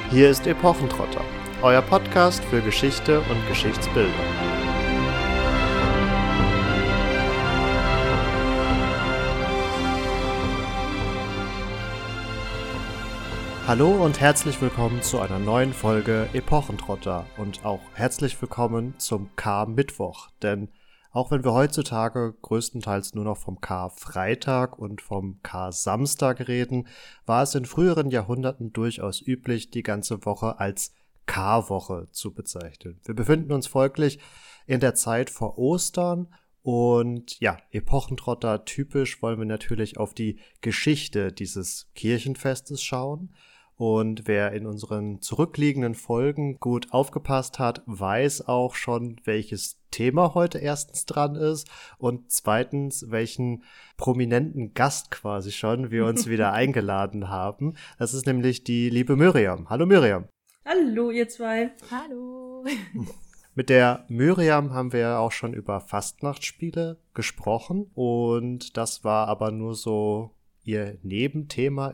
Hier ist Epochentrotter, euer Podcast für Geschichte und Geschichtsbildung. Hallo und herzlich willkommen zu einer neuen Folge Epochentrotter und auch herzlich willkommen zum K-Mittwoch, denn auch wenn wir heutzutage größtenteils nur noch vom Karfreitag und vom Kar-Samstag reden, war es in früheren Jahrhunderten durchaus üblich, die ganze Woche als Karwoche zu bezeichnen. Wir befinden uns folglich in der Zeit vor Ostern und ja, Epochentrotter typisch wollen wir natürlich auf die Geschichte dieses Kirchenfestes schauen. Und wer in unseren zurückliegenden Folgen gut aufgepasst hat, weiß auch schon, welches Thema heute erstens dran ist und zweitens, welchen prominenten Gast quasi schon wir uns wieder eingeladen haben. Das ist nämlich die liebe Miriam. Hallo Miriam. Hallo ihr zwei. Hallo. Mit der Miriam haben wir ja auch schon über Fastnachtsspiele gesprochen und das war aber nur so ihr Nebenthema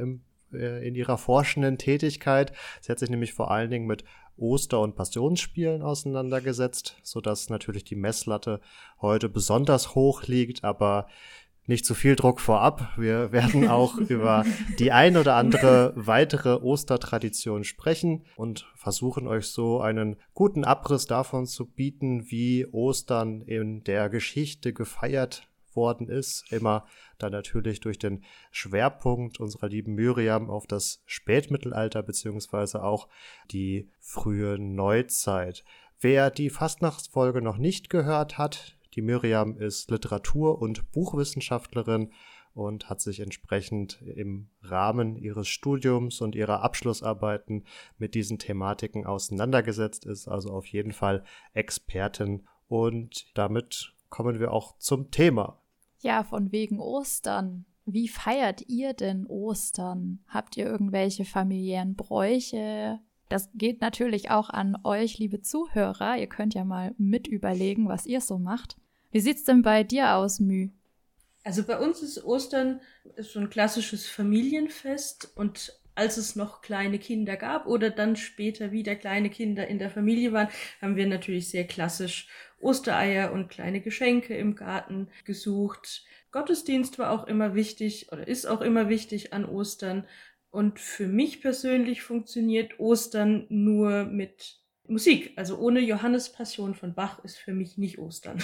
in ihrer forschenden Tätigkeit. Sie hat sich nämlich vor allen Dingen mit Oster- und Passionsspielen auseinandergesetzt, sodass natürlich die Messlatte heute besonders hoch liegt, aber nicht zu viel Druck vorab. Wir werden auch über die ein oder andere weitere Ostertradition sprechen und versuchen euch so einen guten Abriss davon zu bieten, wie Ostern in der Geschichte gefeiert worden ist, immer dann natürlich durch den Schwerpunkt unserer lieben Miriam auf das Spätmittelalter beziehungsweise auch die frühe Neuzeit. Wer die Fastnachtsfolge noch nicht gehört hat, die Miriam ist Literatur- und Buchwissenschaftlerin und hat sich entsprechend im Rahmen ihres Studiums und ihrer Abschlussarbeiten mit diesen Thematiken auseinandergesetzt, ist also auf jeden Fall Expertin und damit kommen wir auch zum Thema. Ja, von wegen Ostern. Wie feiert ihr denn Ostern? Habt ihr irgendwelche familiären Bräuche? Das geht natürlich auch an euch, liebe Zuhörer. Ihr könnt ja mal mit überlegen, was ihr so macht. Wie sieht's denn bei dir aus, Mü? Also bei uns ist Ostern so ein klassisches Familienfest und als es noch kleine Kinder gab oder dann später wieder kleine Kinder in der Familie waren, haben wir natürlich sehr klassisch Ostereier und kleine Geschenke im Garten gesucht. Gottesdienst war auch immer wichtig oder ist auch immer wichtig an Ostern. Und für mich persönlich funktioniert Ostern nur mit Musik. Also ohne Johannespassion von Bach ist für mich nicht Ostern.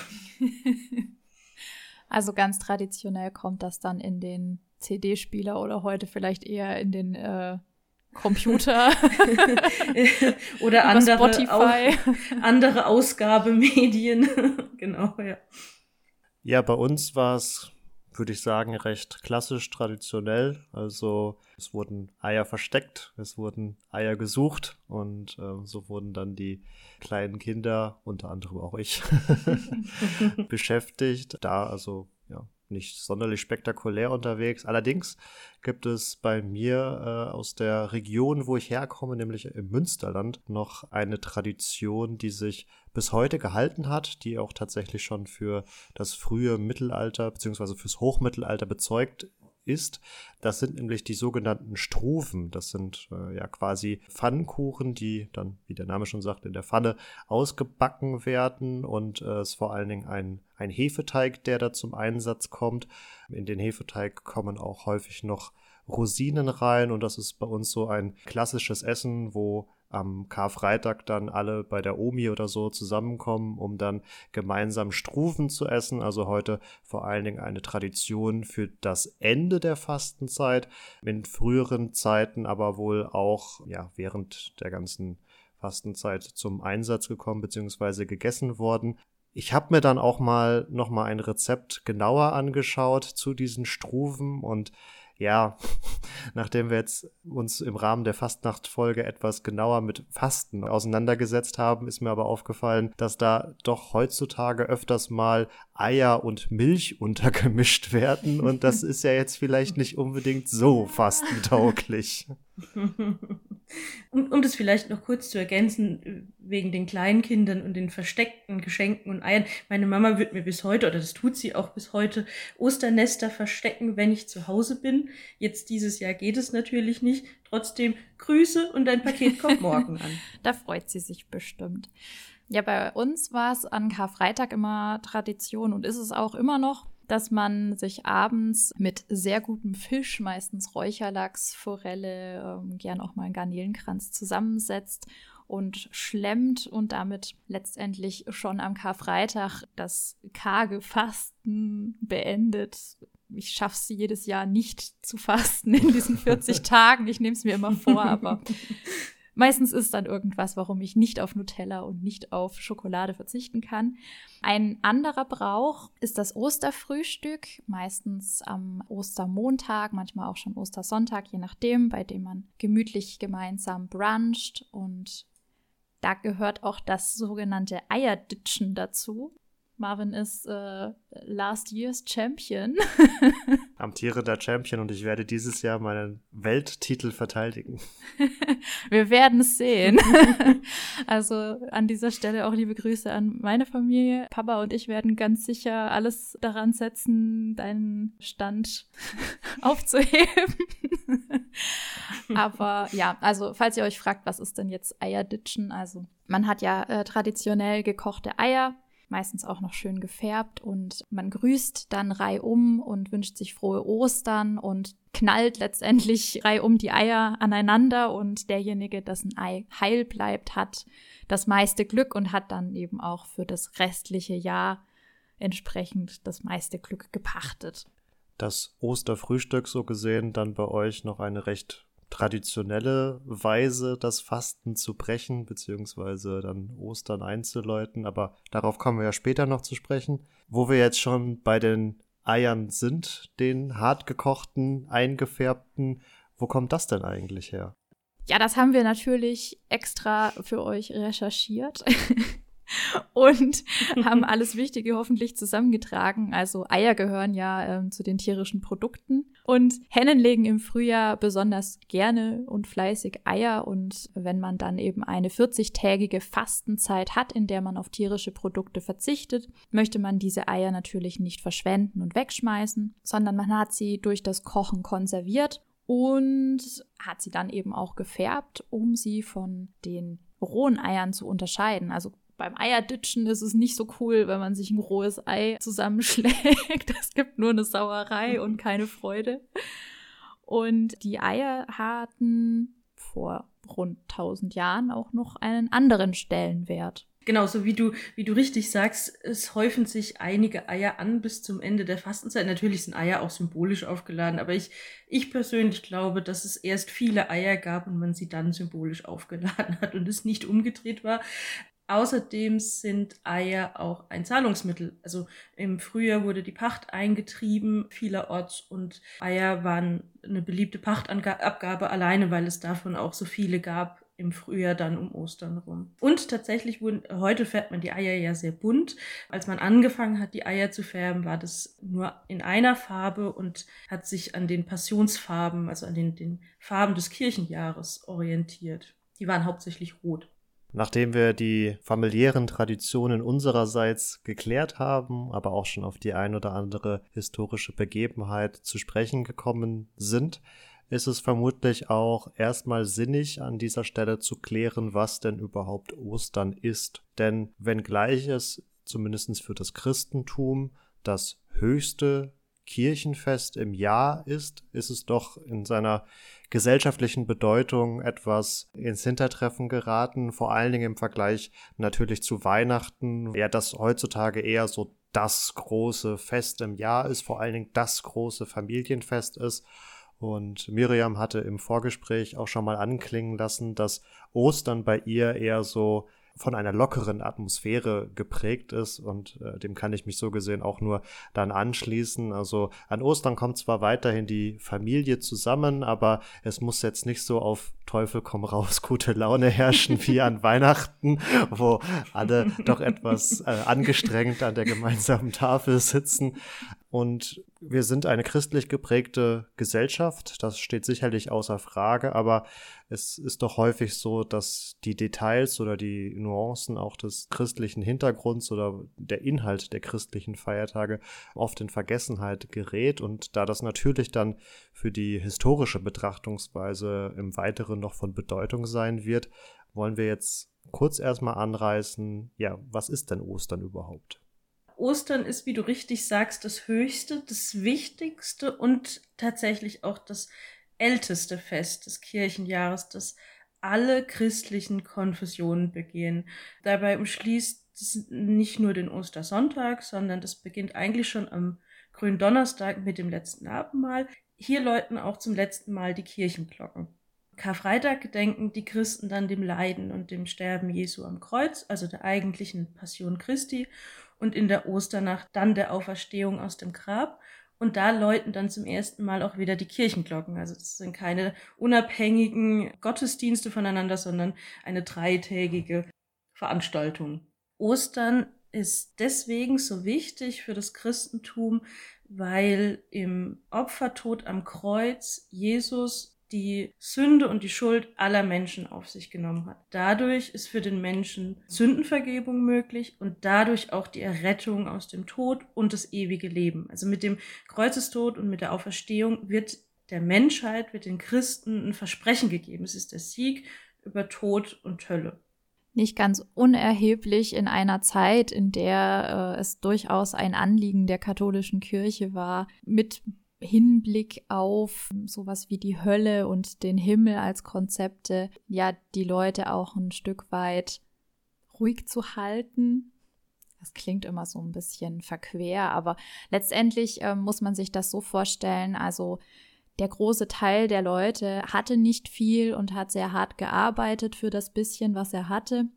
Also ganz traditionell kommt das dann in den CD-Spieler oder heute vielleicht eher in den Computer oder andere Ausgabemedien. Genau, ja. Ja, bei uns war es, würde ich sagen, recht klassisch traditionell. Also es wurden Eier versteckt, es wurden Eier gesucht und so wurden dann die kleinen Kinder, unter anderem auch ich, beschäftigt. Da also ja nicht sonderlich spektakulär unterwegs. Allerdings gibt es bei mir aus der Region, wo ich herkomme, nämlich im Münsterland, noch eine Tradition, die sich bis heute gehalten hat, die auch tatsächlich schon für das frühe Mittelalter bzw. fürs Hochmittelalter bezeugt ist. Das sind nämlich die sogenannten Struven. Das sind ja quasi Pfannkuchen, die dann, wie der Name schon sagt, in der Pfanne ausgebacken werden und es ist vor allen Dingen ein Hefeteig, der da zum Einsatz kommt. In den Hefeteig kommen auch häufig noch Rosinen rein und das ist bei uns so ein klassisches Essen, wo am Karfreitag dann alle bei der Omi oder so zusammenkommen, um dann gemeinsam Struven zu essen. Also heute vor allen Dingen eine Tradition für das Ende der Fastenzeit. In früheren Zeiten aber wohl auch ja während der ganzen Fastenzeit zum Einsatz gekommen bzw. gegessen worden. Ich habe mir dann auch noch mal ein Rezept genauer angeschaut zu diesen Struven und ja, nachdem wir jetzt uns im Rahmen der Fastnachtfolge etwas genauer mit Fasten auseinandergesetzt haben, ist mir aber aufgefallen, dass da doch heutzutage öfters mal Eier und Milch untergemischt werden und das ist ja jetzt vielleicht nicht unbedingt so fastentauglich. Um das vielleicht noch kurz zu ergänzen, wegen den Kleinkindern und den versteckten Geschenken und Eiern. Meine Mama wird mir bis heute, oder das tut sie auch bis heute, Osternester verstecken, wenn ich zu Hause bin. Jetzt dieses Jahr geht es natürlich nicht. Trotzdem Grüße und dein Paket kommt morgen an. Da freut sie sich bestimmt. Ja, bei uns war es an Karfreitag immer Tradition und ist es auch immer noch, dass man sich abends mit sehr gutem Fisch, meistens Räucherlachs, Forelle, gern auch mal einen Garnelenkranz zusammensetzt und schlemmt und damit letztendlich schon am Karfreitag das karge Fasten beendet. Ich schaffe es jedes Jahr nicht zu fasten in diesen 40 Tagen. Ich nehme es mir immer vor, aber meistens ist dann irgendwas, warum ich nicht auf Nutella und nicht auf Schokolade verzichten kann. Ein anderer Brauch ist das Osterfrühstück, meistens am Ostermontag, manchmal auch schon Ostersonntag, je nachdem, bei dem man gemütlich gemeinsam bruncht. Und da gehört auch das sogenannte Eierditschen dazu. Marvin ist last year's Champion. Amtierender Champion, und ich werde dieses Jahr meinen Welttitel verteidigen. Wir werden es sehen. Also an dieser Stelle auch liebe Grüße an meine Familie. Papa und ich werden ganz sicher alles daran setzen, deinen Stand aufzuheben. Aber ja, also falls ihr euch fragt, was ist denn jetzt Eierditschen? Also man hat ja traditionell gekochte Eier, meistens auch noch schön gefärbt, und man grüßt dann reihum und wünscht sich frohe Ostern und knallt letztendlich reihum die Eier aneinander, und derjenige, dessen Ei heil bleibt, hat das meiste Glück und hat dann eben auch für das restliche Jahr entsprechend das meiste Glück gepachtet. Das Osterfrühstück, so gesehen, dann bei euch noch eine recht traditionelle Weise, das Fasten zu brechen, beziehungsweise dann Ostern einzuläuten, aber darauf kommen wir ja später noch zu sprechen. Wo wir jetzt schon bei den Eiern sind, den hartgekochten, eingefärbten, wo kommt das denn eigentlich her? Ja, das haben wir natürlich extra für euch recherchiert. Und haben alles Wichtige hoffentlich zusammengetragen. Also Eier gehören ja zu den tierischen Produkten. Und Hennen legen im Frühjahr besonders gerne und fleißig Eier. Und wenn man dann eben eine 40-tägige Fastenzeit hat, in der man auf tierische Produkte verzichtet, möchte man diese Eier natürlich nicht verschwenden und wegschmeißen, sondern man hat sie durch das Kochen konserviert und hat sie dann eben auch gefärbt, um sie von den rohen Eiern zu unterscheiden. Also beim Eierditschen ist es nicht so cool, wenn man sich ein rohes Ei zusammenschlägt. Es gibt nur eine Sauerei und keine Freude. Und die Eier hatten vor rund 1000 Jahren auch noch einen anderen Stellenwert. Genauso wie du richtig sagst, es häufen sich einige Eier an bis zum Ende der Fastenzeit. Natürlich sind Eier auch symbolisch aufgeladen, aber ich persönlich glaube, dass es erst viele Eier gab und man sie dann symbolisch aufgeladen hat und es nicht umgedreht war. Außerdem sind Eier auch ein Zahlungsmittel. Also im Frühjahr wurde die Pacht eingetrieben vielerorts und Eier waren eine beliebte Pachtabgabe alleine, weil es davon auch so viele gab im Frühjahr dann um Ostern rum. Und tatsächlich heute färbt man die Eier ja sehr bunt. Als man angefangen hat, die Eier zu färben, war das nur in einer Farbe und hat sich an den Passionsfarben, also an den Farben des Kirchenjahres orientiert. Die waren hauptsächlich rot. Nachdem wir die familiären Traditionen unsererseits geklärt haben, aber auch schon auf die ein oder andere historische Begebenheit zu sprechen gekommen sind, ist es vermutlich auch erstmal sinnig, an dieser Stelle zu klären, was denn überhaupt Ostern ist. Denn wenngleich es zumindest für das Christentum das höchste Kirchenfest im Jahr ist es doch in seiner gesellschaftlichen Bedeutung etwas ins Hintertreffen geraten, vor allen Dingen im Vergleich natürlich zu Weihnachten, ja, das heutzutage eher so das große Fest im Jahr ist, vor allen Dingen das große Familienfest ist. Und Miriam hatte im Vorgespräch auch schon mal anklingen lassen, dass Ostern bei ihr eher so von einer lockeren Atmosphäre geprägt ist, und dem kann ich mich so gesehen auch nur dann anschließen. Also an Ostern kommt zwar weiterhin die Familie zusammen, aber es muss jetzt nicht so auf Teufel komm raus gute Laune herrschen wie an Weihnachten, wo alle doch etwas angestrengt an der gemeinsamen Tafel sitzen. Und wir sind eine christlich geprägte Gesellschaft, das steht sicherlich außer Frage, aber es ist doch häufig so, dass die Details oder die Nuancen auch des christlichen Hintergrunds oder der Inhalt der christlichen Feiertage oft in Vergessenheit gerät. Und da das natürlich dann für die historische Betrachtungsweise im Weiteren noch von Bedeutung sein wird, wollen wir jetzt kurz erstmal anreißen, ja, was ist denn Ostern überhaupt? Ostern ist, wie du richtig sagst, das höchste, das wichtigste und tatsächlich auch das älteste Fest des Kirchenjahres, das alle christlichen Konfessionen begehen. Dabei umschließt es nicht nur den Ostersonntag, sondern das beginnt eigentlich schon am Gründonnerstag mit dem letzten Abendmahl. Hier läuten auch zum letzten Mal die Kirchenglocken. Karfreitag gedenken die Christen dann dem Leiden und dem Sterben Jesu am Kreuz, also der eigentlichen Passion Christi, und in der Osternacht dann der Auferstehung aus dem Grab. Und da läuten dann zum ersten Mal auch wieder die Kirchenglocken. Also das sind keine unabhängigen Gottesdienste voneinander, sondern eine dreitägige Veranstaltung. Ostern ist deswegen so wichtig für das Christentum, weil im Opfertod am Kreuz Jesus die Sünde und die Schuld aller Menschen auf sich genommen hat. Dadurch ist für den Menschen Sündenvergebung möglich und dadurch auch die Errettung aus dem Tod und das ewige Leben. Also mit dem Kreuzestod und mit der Auferstehung wird der Menschheit, wird den Christen ein Versprechen gegeben. Es ist der Sieg über Tod und Hölle. Nicht ganz unerheblich in einer Zeit, in der es durchaus ein Anliegen der katholischen Kirche war, mit Hinblick auf sowas wie die Hölle und den Himmel als Konzepte, ja, die Leute auch ein Stück weit ruhig zu halten. Das klingt immer so ein bisschen verquer, aber letztendlich muss man sich das so vorstellen, also der große Teil der Leute hatte nicht viel und hat sehr hart gearbeitet für das bisschen, was er hatte.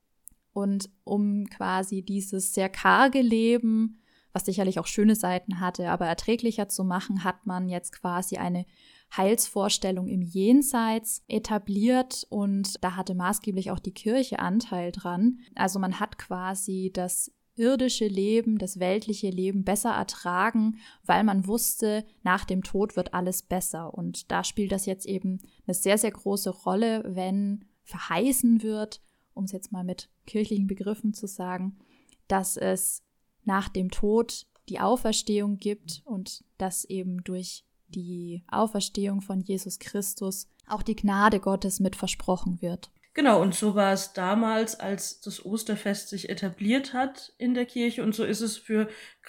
Und um quasi dieses sehr karge Leben, was sicherlich auch schöne Seiten hatte, aber erträglicher zu machen, hat man jetzt quasi eine Heilsvorstellung im Jenseits etabliert und da hatte maßgeblich auch die Kirche Anteil dran. Also man hat quasi das irdische Leben, das weltliche Leben besser ertragen, weil man wusste, nach dem Tod wird alles besser. Und da spielt das jetzt eben eine sehr, sehr große Rolle, wenn verheißen wird, um es jetzt mal mit kirchlichen Begriffen zu sagen, dass es nach dem Tod die Auferstehung gibt und dass eben durch die Auferstehung von Jesus Christus auch die Gnade Gottes mit versprochen wird. Genau, und so war es damals, als das Osterfest sich etabliert hat in der Kirche, und so ist es für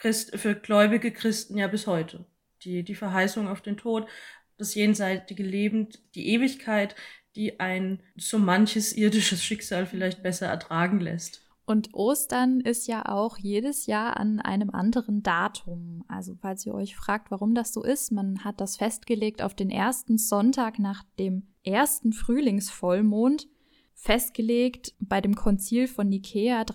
gläubige Christen ja bis heute. Die Verheißung auf den Tod, das jenseitige Leben, die Ewigkeit, die ein so manches irdisches Schicksal vielleicht besser ertragen lässt. Und Ostern ist ja auch jedes Jahr an einem anderen Datum. Also falls ihr euch fragt, warum das so ist, man hat das festgelegt auf den ersten Sonntag nach dem ersten Frühlingsvollmond, festgelegt bei dem Konzil von Nicäa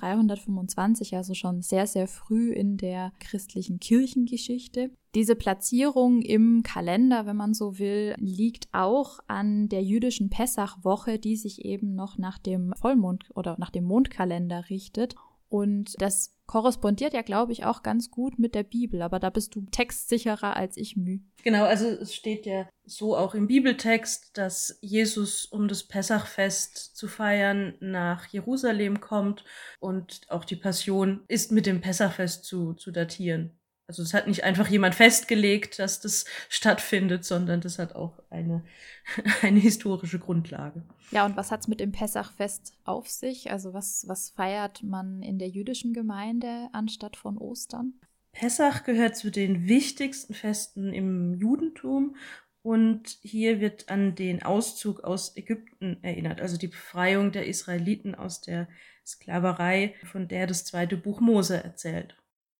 325, also schon sehr, sehr früh in der christlichen Kirchengeschichte. Diese Platzierung im Kalender, wenn man so will, liegt auch an der jüdischen Pessachwoche, die sich eben noch nach dem Vollmond oder nach dem Mondkalender richtet. Und das korrespondiert ja, glaube ich, auch ganz gut mit der Bibel, aber da bist du textsicherer als ich, Müh. Genau, also es steht ja so auch im Bibeltext, dass Jesus, um das Pessachfest zu feiern, nach Jerusalem kommt und auch die Passion ist mit dem Pessachfest zu datieren. Also es hat nicht einfach jemand festgelegt, dass das stattfindet, sondern das hat auch eine historische Grundlage. Ja, und was hat's mit dem Pessachfest auf sich? Also was feiert man in der jüdischen Gemeinde anstatt von Ostern? Pessach gehört zu den wichtigsten Festen im Judentum und hier wird an den Auszug aus Ägypten erinnert, also die Befreiung der Israeliten aus der Sklaverei, von der das 2. Buch Mose erzählt.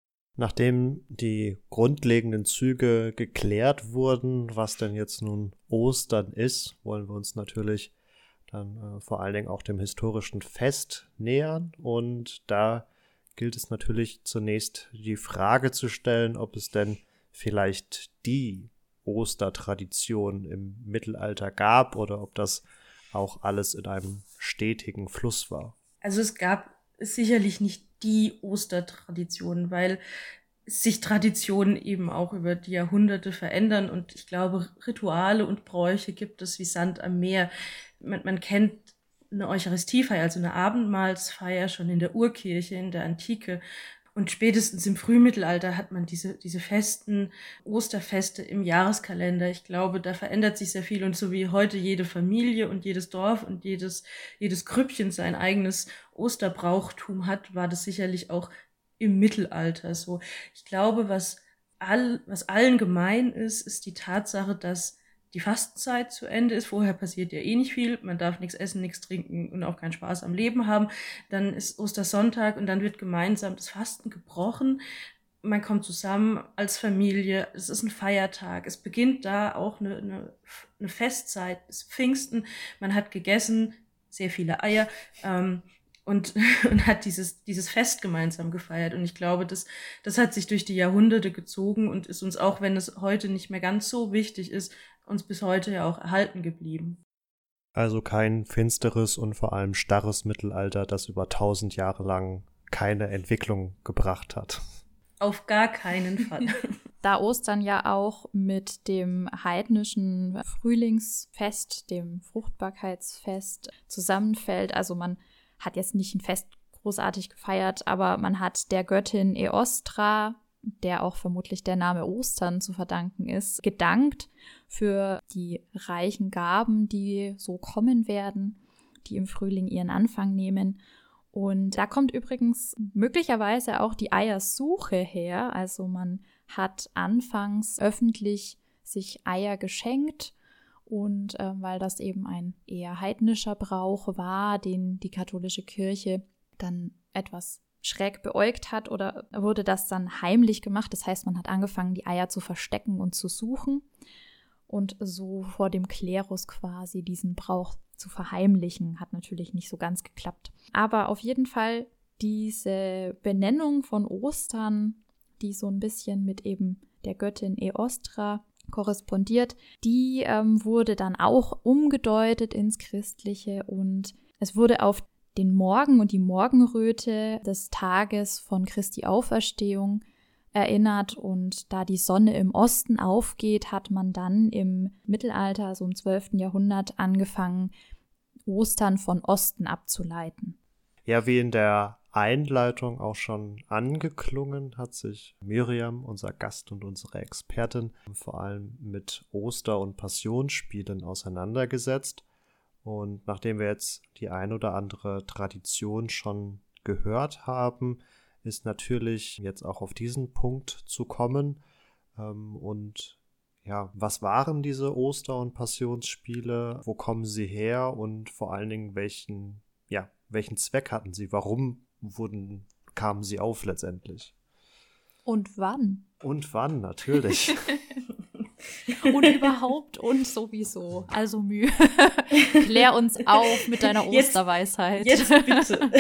Nachdem die grundlegenden Züge geklärt wurden, was denn jetzt nun Ostern ist, wollen wir uns natürlich dann vor allen Dingen auch dem historischen Fest nähern. Und da gilt es natürlich zunächst die Frage zu stellen, ob es denn vielleicht die Ostertradition im Mittelalter gab oder ob das auch alles in einem stetigen Fluss war. Also es gab sicherlich nicht die Ostertradition, weil sich Traditionen eben auch über die Jahrhunderte verändern. Und ich glaube, Rituale und Bräuche gibt es wie Sand am Meer. Man kennt eine Eucharistiefeier, also eine Abendmahlsfeier schon in der Urkirche, in der Antike. Und spätestens im Frühmittelalter hat man diese festen Osterfeste im Jahreskalender. Ich glaube, da verändert sich sehr viel. Und so wie heute jede Familie und jedes Dorf und jedes Grüppchen sein eigenes Osterbrauchtum hat, war das sicherlich auch im Mittelalter so. Ich glaube, was allen gemein ist, ist die Tatsache, dass die Fastenzeit zu Ende ist. Vorher passiert ja eh nicht viel. Man darf nichts essen, nichts trinken und auch keinen Spaß am Leben haben. Dann ist Ostersonntag und dann wird gemeinsam das Fasten gebrochen. Man kommt zusammen als Familie. Es ist ein Feiertag. Es beginnt da auch eine Festzeit. Es ist Pfingsten. Man hat gegessen, sehr viele Eier, und hat dieses Fest gemeinsam gefeiert. Und ich glaube, das hat sich durch die Jahrhunderte gezogen und ist uns, auch wenn es heute nicht mehr ganz so wichtig ist, uns bis heute ja auch erhalten geblieben. Also kein finsteres und vor allem starres Mittelalter, das über 1000 Jahre lang keine Entwicklung gebracht hat. Auf gar keinen Fall. Da Ostern ja auch mit dem heidnischen Frühlingsfest, dem Fruchtbarkeitsfest zusammenfällt, also man hat jetzt nicht ein Fest großartig gefeiert, aber man hat der Göttin Eostra, der auch vermutlich der Name Ostern zu verdanken ist, gedankt für die reichen Gaben, die so kommen werden, die im Frühling ihren Anfang nehmen. Und da kommt übrigens möglicherweise auch die Eiersuche her. Also man hat anfangs öffentlich sich Eier geschenkt und weil das eben ein eher heidnischer Brauch war, den die katholische Kirche dann etwas schräg beäugt hat, oder wurde das dann heimlich gemacht. Das heißt, man hat angefangen, die Eier zu verstecken und zu suchen und so vor dem Klerus quasi diesen Brauch zu verheimlichen. Hat natürlich nicht so ganz geklappt. Aber auf jeden Fall diese Benennung von Ostern, die so ein bisschen mit eben der Göttin Eostra korrespondiert, die wurde dann auch umgedeutet ins Christliche und es wurde auf den Morgen und die Morgenröte des Tages von Christi Auferstehung erinnert, und da die Sonne im Osten aufgeht, hat man dann im Mittelalter, so im 12. Jahrhundert, angefangen, Ostern von Osten abzuleiten. Ja, wie in der Einleitung auch schon angeklungen, hat sich Miriam, unser Gast und unsere Expertin, vor allem mit Oster- und Passionsspielen auseinandergesetzt. Und nachdem wir jetzt die ein oder andere Tradition schon gehört haben, ist natürlich jetzt auch auf diesen Punkt zu kommen. Und ja, was waren diese Oster- und Passionsspiele? Wo kommen sie her? Und vor allen Dingen, welchen Zweck hatten sie? Warum kamen sie auf letztendlich? Und wann? Und wann, natürlich. Und überhaupt und sowieso. Also Mühe. Klär uns auf mit deiner Osterweisheit. Jetzt bitte.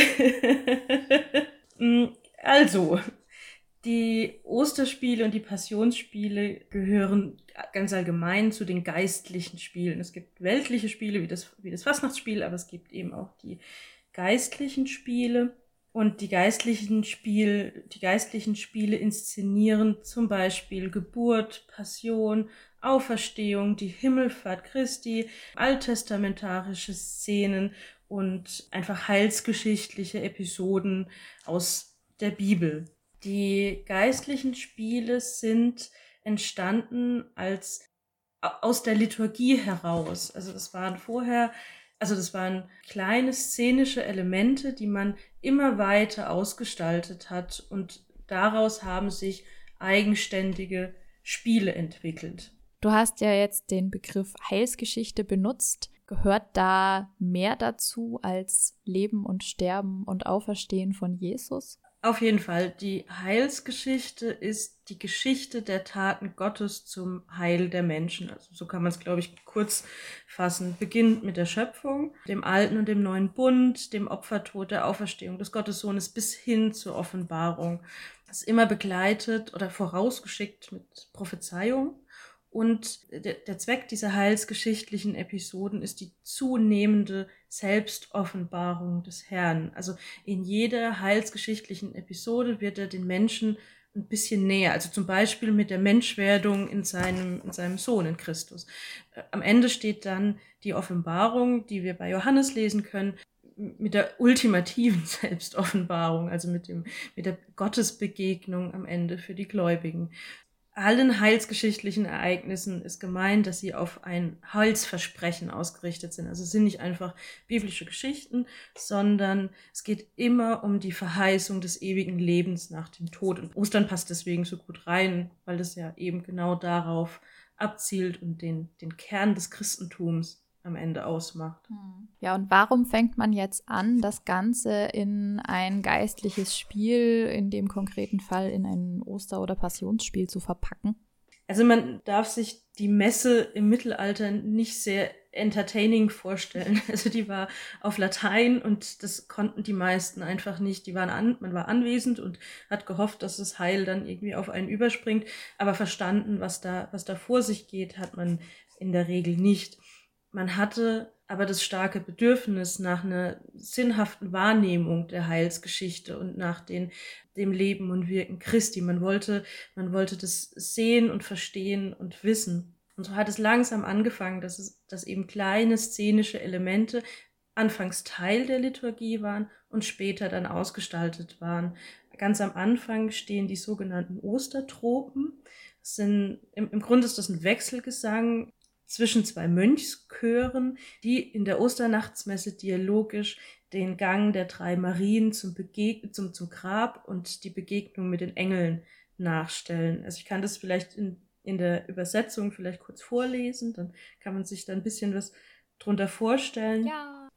Also, die Osterspiele und die Passionsspiele gehören ganz allgemein zu den geistlichen Spielen. Es gibt weltliche Spiele wie das Fastnachtsspiel, aber es gibt eben auch die geistlichen Spiele. Und die geistlichen Spiele inszenieren zum Beispiel Geburt, Passion, Auferstehung, die Himmelfahrt Christi, alttestamentarische Szenen und einfach heilsgeschichtliche Episoden aus der Bibel. Die geistlichen Spiele sind entstanden aus der Liturgie heraus. Also das waren kleine szenische Elemente, die man immer weiter ausgestaltet hat, und daraus haben sich eigenständige Spiele entwickelt. Du hast ja jetzt den Begriff Heilsgeschichte benutzt. Gehört da mehr dazu als Leben und Sterben und Auferstehen von Jesus? Auf jeden Fall. Die Heilsgeschichte ist die Geschichte der Taten Gottes zum Heil der Menschen. Also so kann man es, glaube ich, kurz fassen. Beginnt mit der Schöpfung, dem Alten und dem Neuen Bund, dem Opfertod, der Auferstehung des Gottessohnes bis hin zur Offenbarung. Das ist immer begleitet oder vorausgeschickt mit Prophezeiung. Und der Zweck dieser heilsgeschichtlichen Episoden ist die zunehmende Selbstoffenbarung des Herrn. Also in jeder heilsgeschichtlichen Episode wird er den Menschen ein bisschen näher. Also zum Beispiel mit der Menschwerdung in seinem Sohn, in Christus. Am Ende steht dann die Offenbarung, die wir bei Johannes lesen können, mit der ultimativen Selbstoffenbarung, also mit der Gottesbegegnung am Ende für die Gläubigen. Allen heilsgeschichtlichen Ereignissen ist gemeint, dass sie auf ein Heilsversprechen ausgerichtet sind. Also es sind nicht einfach biblische Geschichten, sondern es geht immer um die Verheißung des ewigen Lebens nach dem Tod. Und Ostern passt deswegen so gut rein, weil es ja eben genau darauf abzielt und den Kern des Christentums am Ende ausmacht. Ja, und warum fängt man jetzt an, das Ganze in ein geistliches Spiel, in dem konkreten Fall in ein Oster- oder Passionsspiel zu verpacken? Also man darf sich die Messe im Mittelalter nicht sehr entertaining vorstellen. Also die war auf Latein und das konnten die meisten einfach nicht. Man war anwesend und hat gehofft, dass das Heil dann irgendwie auf einen überspringt, aber verstanden, was da vor sich geht, hat man in der Regel nicht. Man hatte aber das starke Bedürfnis nach einer sinnhaften Wahrnehmung der Heilsgeschichte und nach dem Leben und Wirken Christi. Man wollte das sehen und verstehen und wissen. Und so hat es langsam angefangen, dass eben kleine szenische Elemente anfangs Teil der Liturgie waren und später dann ausgestaltet waren. Ganz am Anfang stehen die sogenannten Ostertropen. Im Grunde ist das ein Wechselgesang zwischen zwei Mönchschören, die in der Osternachtsmesse dialogisch den Gang der 3 Marien zum Grab und die Begegnung mit den Engeln nachstellen. Also ich kann das vielleicht in der Übersetzung vielleicht kurz vorlesen, dann kann man sich da ein bisschen was drunter vorstellen. Ja.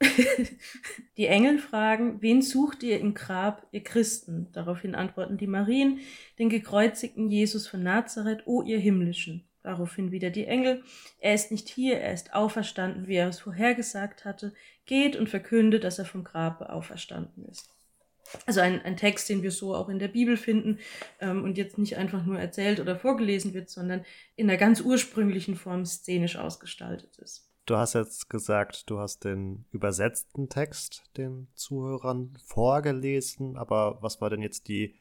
Die Engel fragen, wen sucht ihr im Grab, ihr Christen? Daraufhin antworten die Marien, den gekreuzigten Jesus von Nazareth, o ihr Himmlischen. Daraufhin wieder die Engel, er ist nicht hier, er ist auferstanden, wie er es vorhergesagt hatte. Geht und verkündet, dass er vom Grabe auferstanden ist. Also ein Text, den wir so auch in der Bibel finden und jetzt nicht einfach nur erzählt oder vorgelesen wird, sondern in einer ganz ursprünglichen Form szenisch ausgestaltet ist. Du hast jetzt gesagt, du hast den übersetzten Text den Zuhörern vorgelesen, aber was war denn jetzt die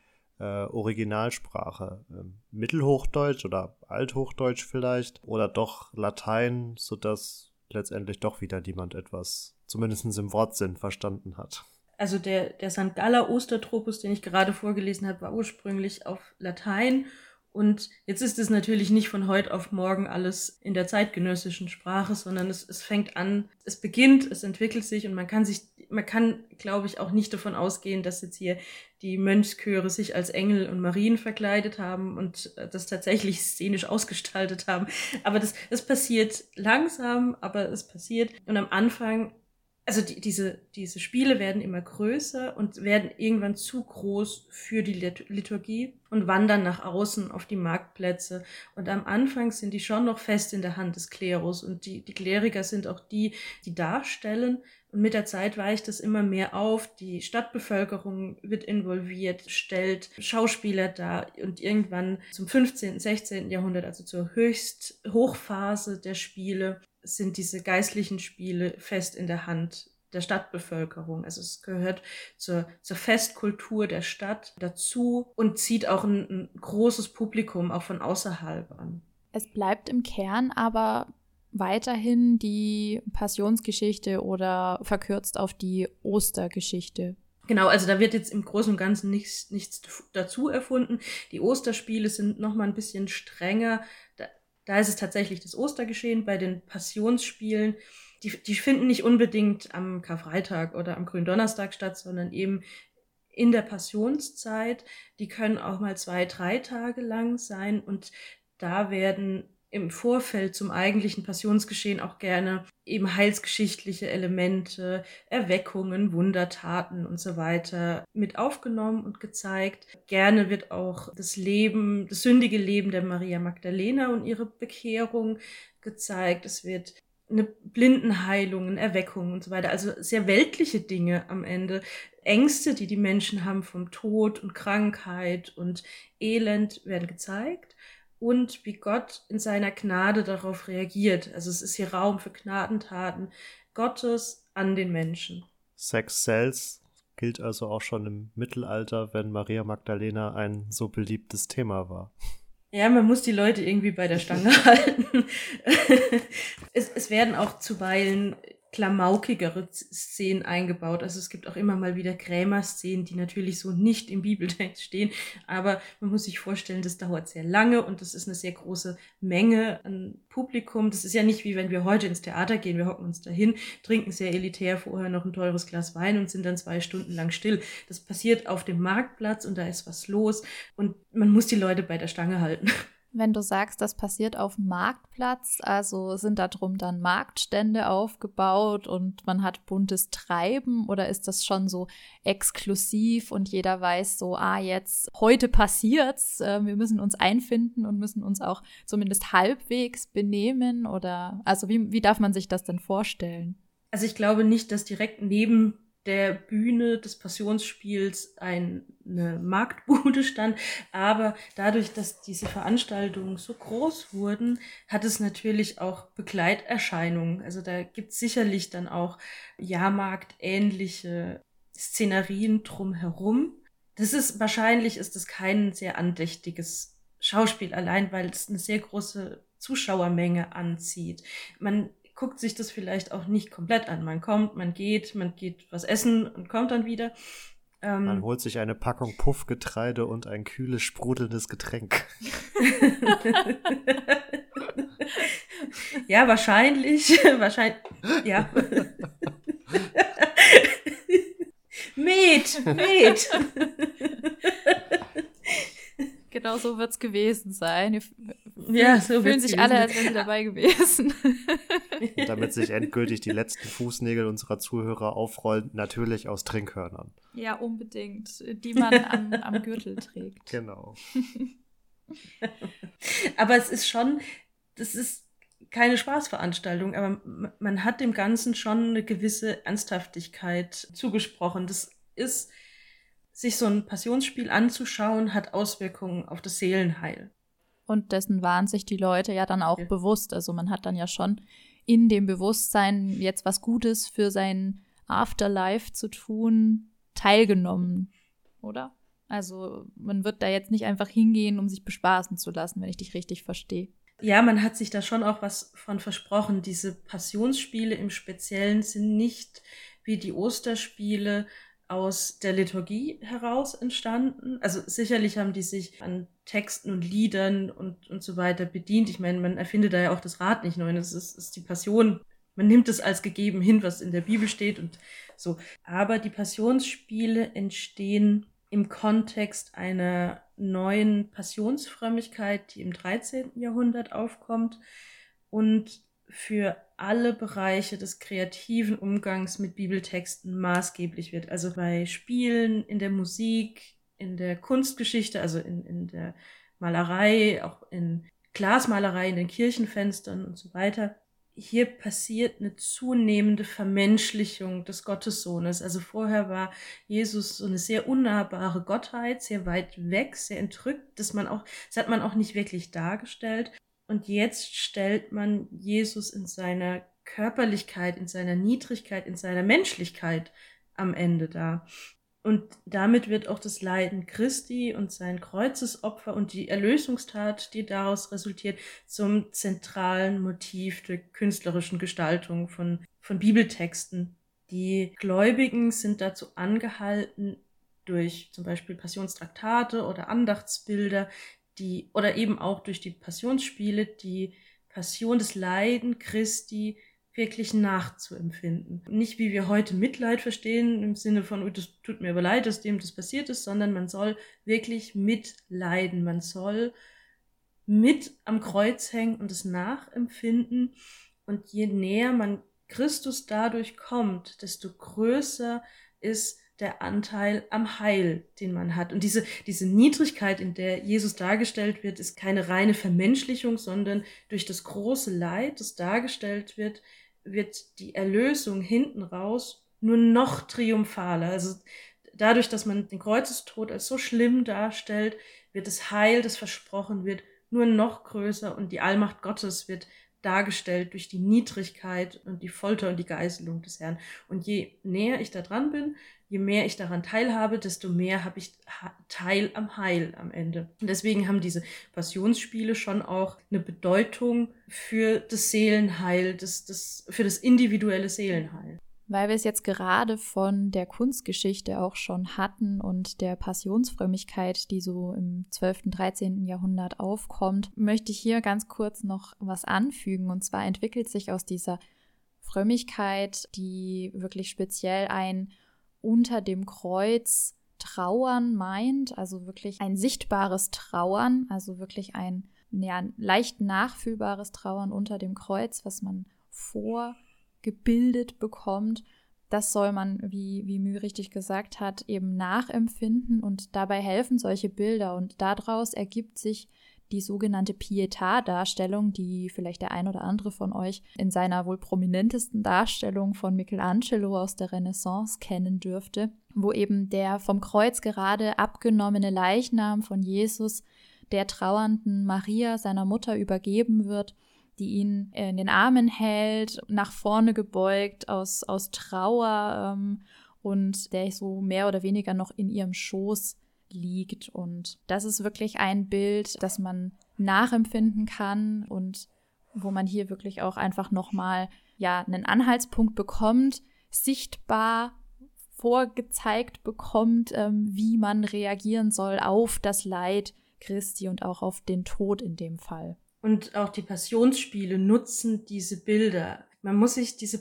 Originalsprache? Mittelhochdeutsch oder Althochdeutsch vielleicht? Oder doch Latein, sodass letztendlich doch wieder niemand etwas, zumindest im Wortsinn, verstanden hat? Also der St. Galler Ostertropus, den ich gerade vorgelesen habe, war ursprünglich auf Latein. Und jetzt ist es natürlich nicht von heute auf morgen alles in der zeitgenössischen Sprache, sondern es fängt an, es beginnt, es entwickelt sich und man kann, glaube ich, auch nicht davon ausgehen, dass jetzt hier die Mönchschöre sich als Engel und Marien verkleidet haben und das tatsächlich szenisch ausgestaltet haben. Aber das passiert langsam, aber es passiert. Und am Anfang, also diese Spiele werden immer größer und werden irgendwann zu groß für die Liturgie und wandern nach außen auf die Marktplätze. Und am Anfang sind die schon noch fest in der Hand des Klerus und die Kleriker sind auch die darstellen. Und mit der Zeit weicht es immer mehr auf. Die Stadtbevölkerung wird involviert, stellt Schauspieler dar und irgendwann zum 15., 16. Jahrhundert, also zur Hochphase der Spiele, sind diese geistlichen Spiele fest in der Hand der Stadtbevölkerung. Also es gehört zur Festkultur der Stadt dazu und zieht auch ein großes Publikum auch von außerhalb an. Es bleibt im Kern aber weiterhin die Passionsgeschichte oder verkürzt auf die Ostergeschichte. Genau, also da wird jetzt im Großen und Ganzen nichts dazu erfunden. Die Osterspiele sind nochmal ein bisschen strenger. Da ist es tatsächlich das Ostergeschehen. Bei den Passionsspielen, die finden nicht unbedingt am Karfreitag oder am Gründonnerstag statt, sondern eben in der Passionszeit. Die können auch mal 2, 3 Tage lang sein und da werden im Vorfeld zum eigentlichen Passionsgeschehen auch gerne eben heilsgeschichtliche Elemente, Erweckungen, Wundertaten und so weiter mit aufgenommen und gezeigt. Gerne wird auch das sündige Leben der Maria Magdalena und ihre Bekehrung gezeigt. Es wird eine Blindenheilung, Erweckung und so weiter. Also sehr weltliche Dinge am Ende. Ängste, die Menschen haben vom Tod und Krankheit und Elend werden gezeigt. Und wie Gott in seiner Gnade darauf reagiert. Also es ist hier Raum für Gnadentaten Gottes an den Menschen. Sex sells gilt also auch schon im Mittelalter, wenn Maria Magdalena ein so beliebtes Thema war. Ja, man muss die Leute irgendwie bei der Stange halten. Es werden auch zuweilen klamaukigere Szenen eingebaut. Also es gibt auch immer mal wieder Krämer-Szenen, die natürlich so nicht im Bibeltext stehen. Aber man muss sich vorstellen, das dauert sehr lange und das ist eine sehr große Menge an Publikum. Das ist ja nicht wie wenn wir heute ins Theater gehen. Wir hocken uns dahin, trinken sehr elitär vorher noch ein teures Glas Wein und sind dann 2 Stunden lang still. Das passiert auf dem Marktplatz und da ist was los und man muss die Leute bei der Stange halten. Wenn du sagst, das passiert auf dem Marktplatz, also sind da drum dann Marktstände aufgebaut und man hat buntes Treiben oder ist das schon so exklusiv und jeder weiß so, jetzt, heute passiert's, wir müssen uns einfinden und müssen uns auch zumindest halbwegs benehmen oder, also wie darf man sich das denn vorstellen? Also ich glaube nicht, dass direkt neben der Bühne des Passionsspiels eine Marktbude stand, aber dadurch, dass diese Veranstaltungen so groß wurden, hat es natürlich auch Begleiterscheinungen. Also da gibt es sicherlich dann auch Jahrmarkt-ähnliche Szenerien drumherum. Wahrscheinlich ist es kein sehr andächtiges Schauspiel, allein weil es eine sehr große Zuschauermenge anzieht. Man guckt sich das vielleicht auch nicht komplett an. Man kommt, man geht was essen und kommt dann wieder. Man holt sich eine Packung Puffgetreide und ein kühles, sprudelndes Getränk. Ja, wahrscheinlich, ja. Met. Genau so wird es gewesen sein. Ja, so fühlen sich alle, als wären sie dabei gewesen. Und damit sich endgültig die letzten Fußnägel unserer Zuhörer aufrollen, natürlich aus Trinkhörnern. Ja, unbedingt. Die man am Gürtel trägt. Genau. Aber das ist keine Spaßveranstaltung, aber man hat dem Ganzen schon eine gewisse Ernsthaftigkeit zugesprochen. Sich so ein Passionsspiel anzuschauen, hat Auswirkungen auf das Seelenheil. Und dessen waren sich die Leute ja dann auch bewusst. Also man hat dann ja schon in dem Bewusstsein, jetzt was Gutes für sein Afterlife zu tun, teilgenommen, oder? Also man wird da jetzt nicht einfach hingehen, um sich bespaßen zu lassen, wenn ich dich richtig verstehe. Ja, man hat sich da schon auch was von versprochen. Diese Passionsspiele im Speziellen sind nicht wie die Osterspiele aus der Liturgie heraus entstanden. Also sicherlich haben die sich an Texten und Liedern und so weiter bedient. Ich meine, man erfindet da ja auch das Rad nicht neu. Das ist die Passion. Man nimmt es als gegeben hin, was in der Bibel steht und so. Aber die Passionsspiele entstehen im Kontext einer neuen Passionsfrömmigkeit, die im 13. Jahrhundert aufkommt und für alle Bereiche des kreativen Umgangs mit Bibeltexten maßgeblich wird. Also bei Spielen, in der Musik, in der Kunstgeschichte, also in der Malerei, auch in Glasmalerei, in den Kirchenfenstern und so weiter. Hier passiert eine zunehmende Vermenschlichung des Gottessohnes. Also vorher war Jesus so eine sehr unnahbare Gottheit, sehr weit weg, sehr entrückt. Das hat man auch nicht wirklich dargestellt. Und jetzt stellt man Jesus in seiner Körperlichkeit, in seiner Niedrigkeit, in seiner Menschlichkeit am Ende dar. Und damit wird auch das Leiden Christi und sein Kreuzesopfer und die Erlösungstat, die daraus resultiert, zum zentralen Motiv der künstlerischen Gestaltung von Bibeltexten. Die Gläubigen sind dazu angehalten, durch zum Beispiel Passionstraktate oder Andachtsbilder, oder eben auch durch die Passionsspiele, die Passion des Leiden Christi wirklich nachzuempfinden. Nicht wie wir heute Mitleid verstehen, im Sinne von, das tut mir aber leid, dass dem das passiert ist, sondern man soll wirklich mitleiden. Man soll mit am Kreuz hängen und es nachempfinden. Und je näher man Christus dadurch kommt, desto größer ist der Anteil am Heil, den man hat. Und diese Niedrigkeit, in der Jesus dargestellt wird, ist keine reine Vermenschlichung, sondern durch das große Leid, das dargestellt wird, wird die Erlösung hinten raus nur noch triumphaler. Also dadurch, dass man den Kreuzestod als so schlimm darstellt, wird das Heil, das versprochen wird, nur noch größer und die Allmacht Gottes wird dargestellt durch die Niedrigkeit und die Folter und die Geißelung des Herrn. Und je näher ich da dran bin, je mehr ich daran teilhabe, desto mehr habe ich Teil am Heil am Ende. Und deswegen haben diese Passionsspiele schon auch eine Bedeutung für das Seelenheil, für das individuelle Seelenheil. Weil wir es jetzt gerade von der Kunstgeschichte auch schon hatten und der Passionsfrömmigkeit, die so im 12., 13. Jahrhundert aufkommt, möchte ich hier ganz kurz noch was anfügen. Und zwar entwickelt sich aus dieser Frömmigkeit, die wirklich speziell ein unter dem Kreuz Trauern meint, also wirklich ein sichtbares Trauern, also wirklich ein leicht nachfühlbares Trauern unter dem Kreuz, was man vorgebildet bekommt. Das soll man, wie Müh richtig gesagt hat, eben nachempfinden und dabei helfen solche Bilder und daraus ergibt sich die sogenannte Pietà-Darstellung, die vielleicht der ein oder andere von euch in seiner wohl prominentesten Darstellung von Michelangelo aus der Renaissance kennen dürfte, wo eben der vom Kreuz gerade abgenommene Leichnam von Jesus der trauernden Maria, seiner Mutter, übergeben wird, die ihn in den Armen hält, nach vorne gebeugt aus Trauer und der so mehr oder weniger noch in ihrem Schoß liegt. Und das ist wirklich ein Bild, das man nachempfinden kann und wo man hier wirklich auch einfach nochmal einen Anhaltspunkt bekommt, sichtbar vorgezeigt bekommt, wie man reagieren soll auf das Leid Christi und auch auf den Tod in dem Fall. Und auch die Passionsspiele nutzen diese Bilder. Man muss sich diese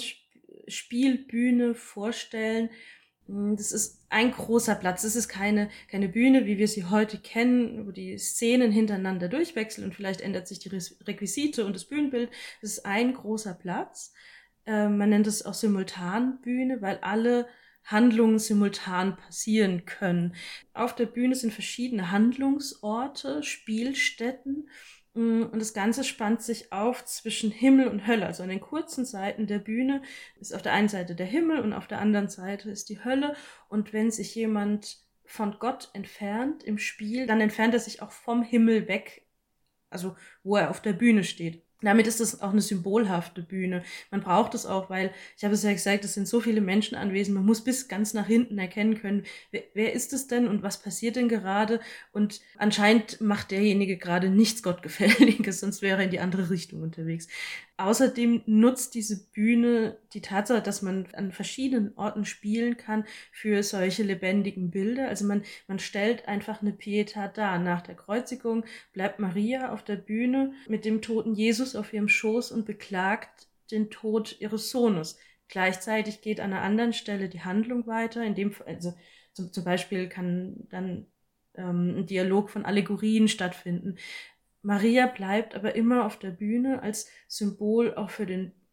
Passionsspielbühne vorstellen. Das ist ein großer Platz. Das ist keine Bühne, wie wir sie heute kennen, wo die Szenen hintereinander durchwechseln und vielleicht ändert sich die Requisite und das Bühnenbild. Das ist ein großer Platz. Man nennt es auch Simultanbühne, weil alle Handlungen simultan passieren können. Auf der Bühne sind verschiedene Handlungsorte, Spielstätten. Und das Ganze spannt sich auf zwischen Himmel und Hölle. Also an den kurzen Seiten der Bühne ist auf der einen Seite der Himmel und auf der anderen Seite ist die Hölle. Und wenn sich jemand von Gott entfernt im Spiel, dann entfernt er sich auch vom Himmel weg, also wo er auf der Bühne steht. Damit ist das auch eine symbolhafte Bühne. Man braucht es auch, weil, ich habe es ja gesagt, es sind so viele Menschen anwesend, man muss bis ganz nach hinten erkennen können, wer ist es denn und was passiert denn gerade? Und anscheinend macht derjenige gerade nichts Gottgefälliges, sonst wäre er in die andere Richtung unterwegs. Außerdem nutzt diese Bühne die Tatsache, dass man an verschiedenen Orten spielen kann für solche lebendigen Bilder. Also man stellt einfach eine Pietà dar. Nach der Kreuzigung bleibt Maria auf der Bühne mit dem toten Jesus auf ihrem Schoß und beklagt den Tod ihres Sohnes. Gleichzeitig geht an einer anderen Stelle die Handlung weiter. In dem, also zum Beispiel kann dann ein Dialog von Allegorien stattfinden. Maria bleibt aber immer auf der Bühne als Symbol auch für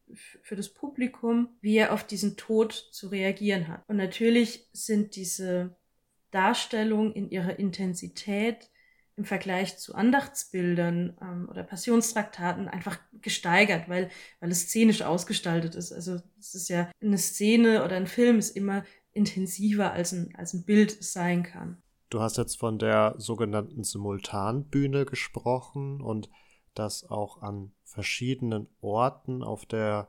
das Publikum, wie er auf diesen Tod zu reagieren hat. Und natürlich sind diese Darstellungen in ihrer Intensität im Vergleich zu Andachtsbildern oder Passionstraktaten einfach gesteigert, weil es szenisch ausgestaltet ist. Also es ist ja eine Szene oder ein Film ist immer intensiver als ein Bild sein kann. Du hast jetzt von der sogenannten Simultanbühne gesprochen und dass auch an verschiedenen Orten auf der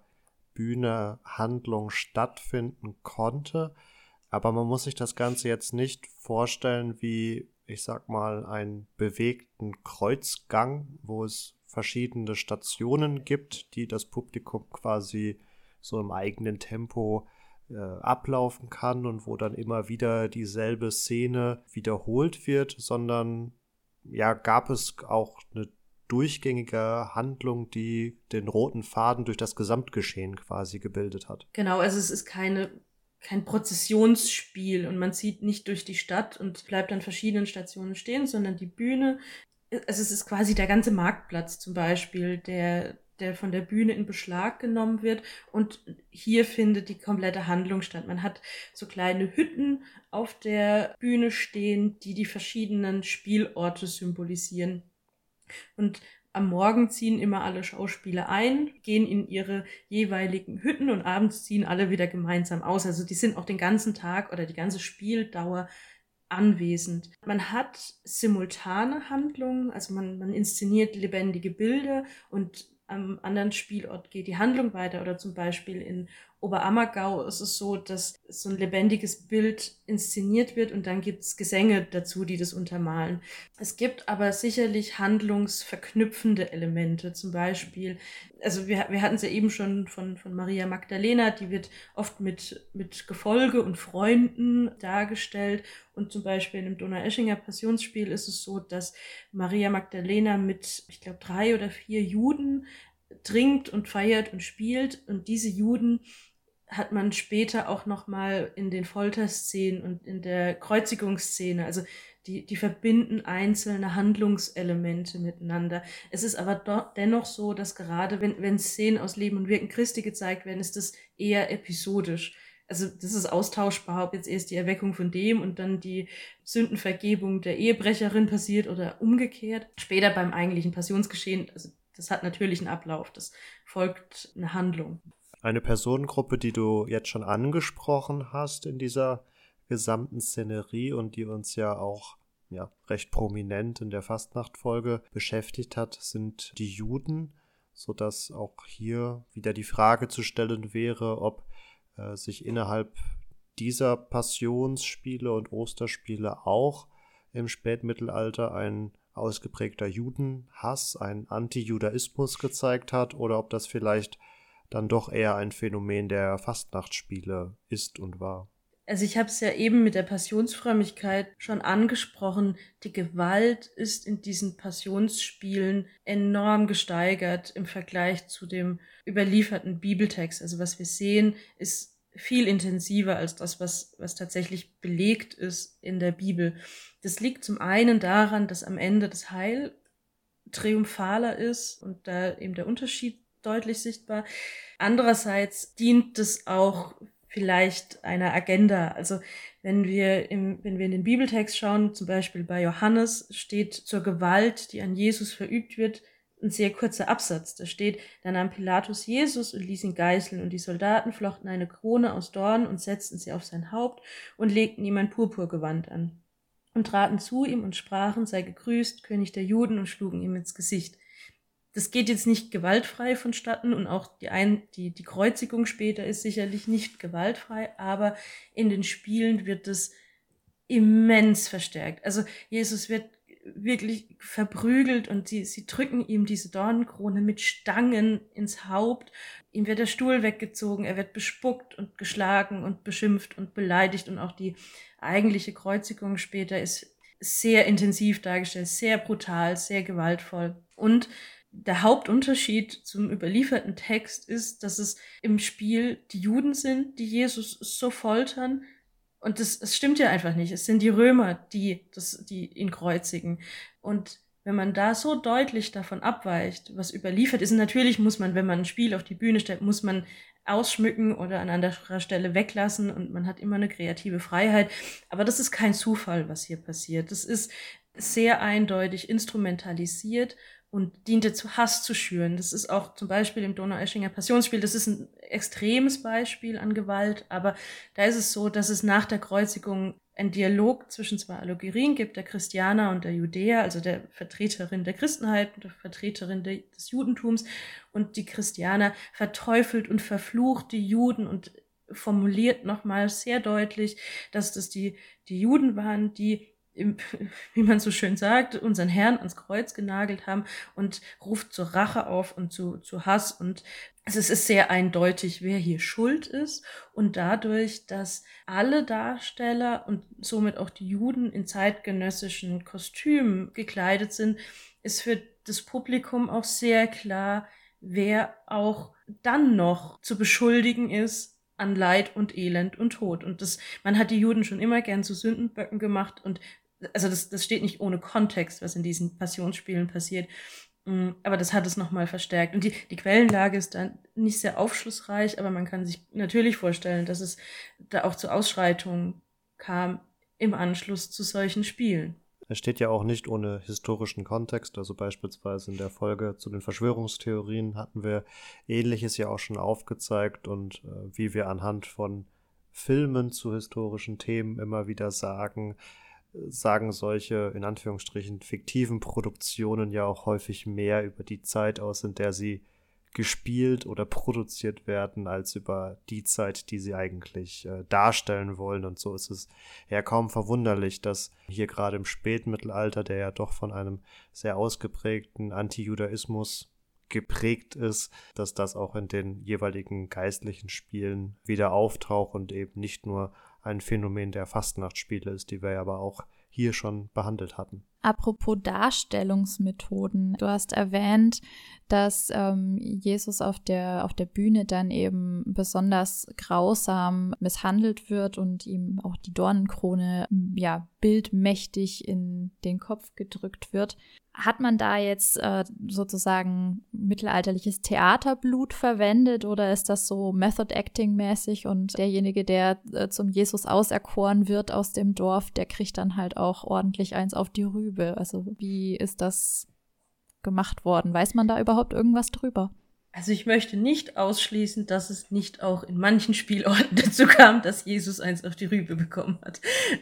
Bühne Handlung stattfinden konnte. Aber man muss sich das Ganze jetzt nicht vorstellen wie, ich sag mal, einen bewegten Kreuzgang, wo es verschiedene Stationen gibt, die das Publikum quasi so im eigenen Tempo ablaufen kann und wo dann immer wieder dieselbe Szene wiederholt wird, sondern gab es auch eine durchgängige Handlung, die den roten Faden durch das Gesamtgeschehen quasi gebildet hat. Genau, also es ist kein Prozessionsspiel und man zieht nicht durch die Stadt und bleibt an verschiedenen Stationen stehen, sondern die Bühne, also es ist quasi der ganze Marktplatz zum Beispiel, der von der Bühne in Beschlag genommen wird und hier findet die komplette Handlung statt. Man hat so kleine Hütten auf der Bühne stehen, die verschiedenen Spielorte symbolisieren. Und am Morgen ziehen immer alle Schauspieler ein, gehen in ihre jeweiligen Hütten und abends ziehen alle wieder gemeinsam aus. Also die sind auch den ganzen Tag oder die ganze Spieldauer anwesend. Man hat simultane Handlungen, also man inszeniert lebendige Bilder und am anderen Spielort geht die Handlung weiter. Oder zum Beispiel in Oberammergau ist es so, dass so ein lebendiges Bild inszeniert wird und dann gibt es Gesänge dazu, die das untermalen. Es gibt aber sicherlich handlungsverknüpfende Elemente, zum Beispiel, also wir hatten es ja eben schon von Maria Magdalena, die wird oft mit Gefolge und Freunden dargestellt und zum Beispiel im Donaueschinger Passionsspiel ist es so, dass Maria Magdalena mit, ich glaube, 3 oder 4 Juden trinkt und feiert und spielt und diese Juden hat man später auch nochmal in den Folterszenen und in der Kreuzigungsszene, also die verbinden einzelne Handlungselemente miteinander. Es ist aber dennoch so, dass gerade wenn Szenen aus Leben und Wirken Christi gezeigt werden, ist das eher episodisch. Also das ist austauschbar, ob jetzt erst die Erweckung von dem und dann die Sündenvergebung der Ehebrecherin passiert oder umgekehrt. Später beim eigentlichen Passionsgeschehen, also das hat natürlich einen Ablauf, das folgt eine Handlung. Eine Personengruppe, die du jetzt schon angesprochen hast in dieser gesamten Szenerie und die uns ja auch recht prominent in der Fastnachtfolge beschäftigt hat, sind die Juden, sodass auch hier wieder die Frage zu stellen wäre, ob sich innerhalb dieser Passionsspiele und Osterspiele auch im Spätmittelalter ein ausgeprägter Judenhass, ein Antijudaismus gezeigt hat oder ob das vielleicht dann doch eher ein Phänomen der Fastnachtsspiele ist und war. Also ich habe es ja eben mit der Passionsfrömmigkeit schon angesprochen. Die Gewalt ist in diesen Passionsspielen enorm gesteigert im Vergleich zu dem überlieferten Bibeltext. Also was wir sehen, ist viel intensiver als das, was tatsächlich belegt ist in der Bibel. Das liegt zum einen daran, dass am Ende das Heil triumphaler ist und da eben der Unterschied deutlich sichtbar. Andererseits dient es auch vielleicht einer Agenda. Also wenn wir in den Bibeltext schauen, zum Beispiel bei Johannes steht zur Gewalt, die an Jesus verübt wird, ein sehr kurzer Absatz. Da steht, da nahm Pilatus Jesus und ließ ihn geißeln und die Soldaten flochten eine Krone aus Dornen und setzten sie auf sein Haupt und legten ihm ein Purpurgewand an und traten zu ihm und sprachen, sei gegrüßt, König der Juden, und schlugen ihm ins Gesicht. Das geht jetzt nicht gewaltfrei vonstatten und auch die Kreuzigung später ist sicherlich nicht gewaltfrei, aber in den Spielen wird es immens verstärkt. Also Jesus wird wirklich verprügelt und sie drücken ihm diese Dornenkrone mit Stangen ins Haupt. Ihm wird der Stuhl weggezogen, er wird bespuckt und geschlagen und beschimpft und beleidigt und auch die eigentliche Kreuzigung später ist sehr intensiv dargestellt, sehr brutal, sehr gewaltvoll. Und der Hauptunterschied zum überlieferten Text ist, dass es im Spiel die Juden sind, die Jesus so foltern. Und das stimmt ja einfach nicht. Es sind die Römer, die ihn kreuzigen. Und wenn man da so deutlich davon abweicht, was überliefert ist, und natürlich muss man, wenn man ein Spiel auf die Bühne stellt, muss man ausschmücken oder an anderer Stelle weglassen und man hat immer eine kreative Freiheit. Aber das ist kein Zufall, was hier passiert. Das ist sehr eindeutig instrumentalisiert und diente zu Hass zu schüren. Das ist auch zum Beispiel im Donaueschinger Passionsspiel, das ist ein extremes Beispiel an Gewalt, aber da ist es so, dass es nach der Kreuzigung einen Dialog zwischen zwei Allegorien gibt, der Christianer und der Judäer, also der Vertreterin der Christenheit und der Vertreterin des Judentums, und die Christianer verteufelt und verflucht die Juden und formuliert nochmal sehr deutlich, dass das die Juden waren, die, wie man so schön sagt, unseren Herrn ans Kreuz genagelt haben, und ruft zur Rache auf und zu Hass. Und es ist sehr eindeutig, wer hier schuld ist. Und dadurch, dass alle Darsteller und somit auch die Juden in zeitgenössischen Kostümen gekleidet sind, ist für das Publikum auch sehr klar, wer auch dann noch zu beschuldigen ist an Leid und Elend und Tod. Und man hat die Juden schon immer gern zu Sündenböcken gemacht, und also das steht nicht ohne Kontext, was in diesen Passionsspielen passiert, aber das hat es nochmal verstärkt. Und die Quellenlage ist dann nicht sehr aufschlussreich, aber man kann sich natürlich vorstellen, dass es da auch zu Ausschreitungen kam im Anschluss zu solchen Spielen. Es steht ja auch nicht ohne historischen Kontext, also beispielsweise in der Folge zu den Verschwörungstheorien hatten wir Ähnliches ja auch schon aufgezeigt, und wie wir anhand von Filmen zu historischen Themen immer wieder sagen solche, in Anführungsstrichen, fiktiven Produktionen ja auch häufig mehr über die Zeit aus, in der sie gespielt oder produziert werden, als über die Zeit, die sie eigentlich darstellen wollen. Und so ist es ja kaum verwunderlich, dass hier gerade im Spätmittelalter, der ja doch von einem sehr ausgeprägten Antijudaismus geprägt ist, dass das auch in den jeweiligen geistlichen Spielen wieder auftaucht und eben nicht nur ein Phänomen der Fastnachtsspiele ist, die wir ja aber auch hier schon behandelt hatten. Apropos Darstellungsmethoden, du hast erwähnt, dass Jesus auf der Bühne dann eben besonders grausam misshandelt wird und ihm auch die Dornenkrone bildmächtig in den Kopf gedrückt wird. Hat man da jetzt sozusagen mittelalterliches Theaterblut verwendet oder ist das so Method-Acting-mäßig und derjenige, der zum Jesus auserkoren wird aus dem Dorf, der kriegt dann halt auch ordentlich eins auf die Rübe? Also wie ist das gemacht worden? Weiß man da überhaupt irgendwas drüber? Also ich möchte nicht ausschließen, dass es nicht auch in manchen Spielorten dazu kam, dass Jesus eins auf die Rübe bekommen hat.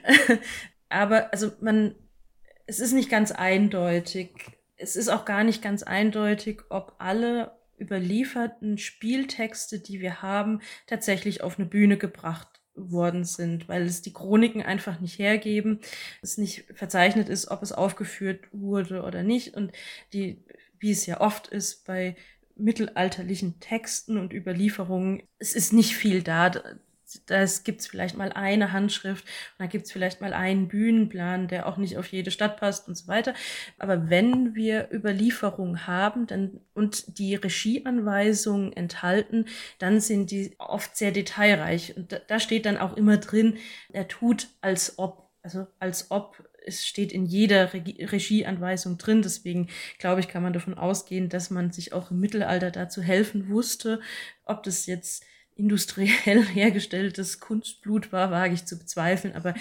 Aber also es ist nicht ganz eindeutig. Es ist auch gar nicht ganz eindeutig, ob alle überlieferten Spieltexte, die wir haben, tatsächlich auf eine Bühne gebracht worden sind, weil es die Chroniken einfach nicht hergeben, es nicht verzeichnet ist, ob es aufgeführt wurde oder nicht. Und wie es ja oft ist bei mittelalterlichen Texten und Überlieferungen, es ist nicht viel da. Da gibt's vielleicht mal eine Handschrift und da gibt's vielleicht mal einen Bühnenplan, der auch nicht auf jede Stadt passt und so weiter. Aber wenn wir Überlieferungen haben und die Regieanweisungen enthalten, dann sind die oft sehr detailreich. Und da steht dann auch immer drin, er tut als ob. Es steht in jeder Regieanweisung drin. Deswegen, glaube ich, kann man davon ausgehen, dass man sich auch im Mittelalter dazu helfen wusste. Ob das jetzt industriell hergestelltes Kunstblut war, wage ich zu bezweifeln, aber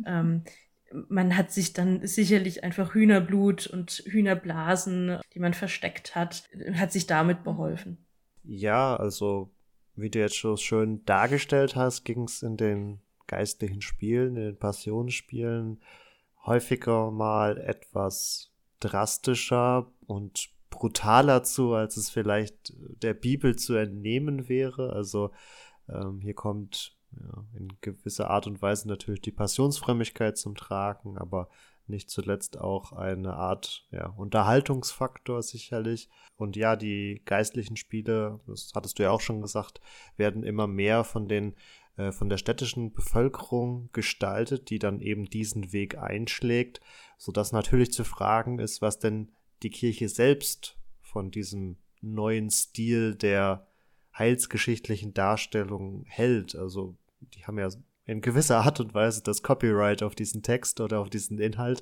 man hat sich dann sicherlich einfach Hühnerblut und Hühnerblasen, die man versteckt hat sich damit beholfen. Ja, also wie du jetzt schon schön dargestellt hast, ging es in den geistlichen Spielen, in den Passionsspielen häufiger mal etwas drastischer und brutaler zu, als es vielleicht der Bibel zu entnehmen wäre. Also hier kommt in gewisser Art und Weise natürlich die Passionsfrömmigkeit zum Tragen, aber nicht zuletzt auch eine Art Unterhaltungsfaktor sicherlich. Und ja, die geistlichen Spiele, das hattest du ja auch schon gesagt, werden immer mehr von der städtischen Bevölkerung gestaltet, die dann eben diesen Weg einschlägt, sodass natürlich zu fragen ist, was denn die Kirche selbst von diesem neuen Stil der heilsgeschichtlichen Darstellung hält. Also die haben ja in gewisser Art und Weise das Copyright auf diesen Text oder auf diesen Inhalt.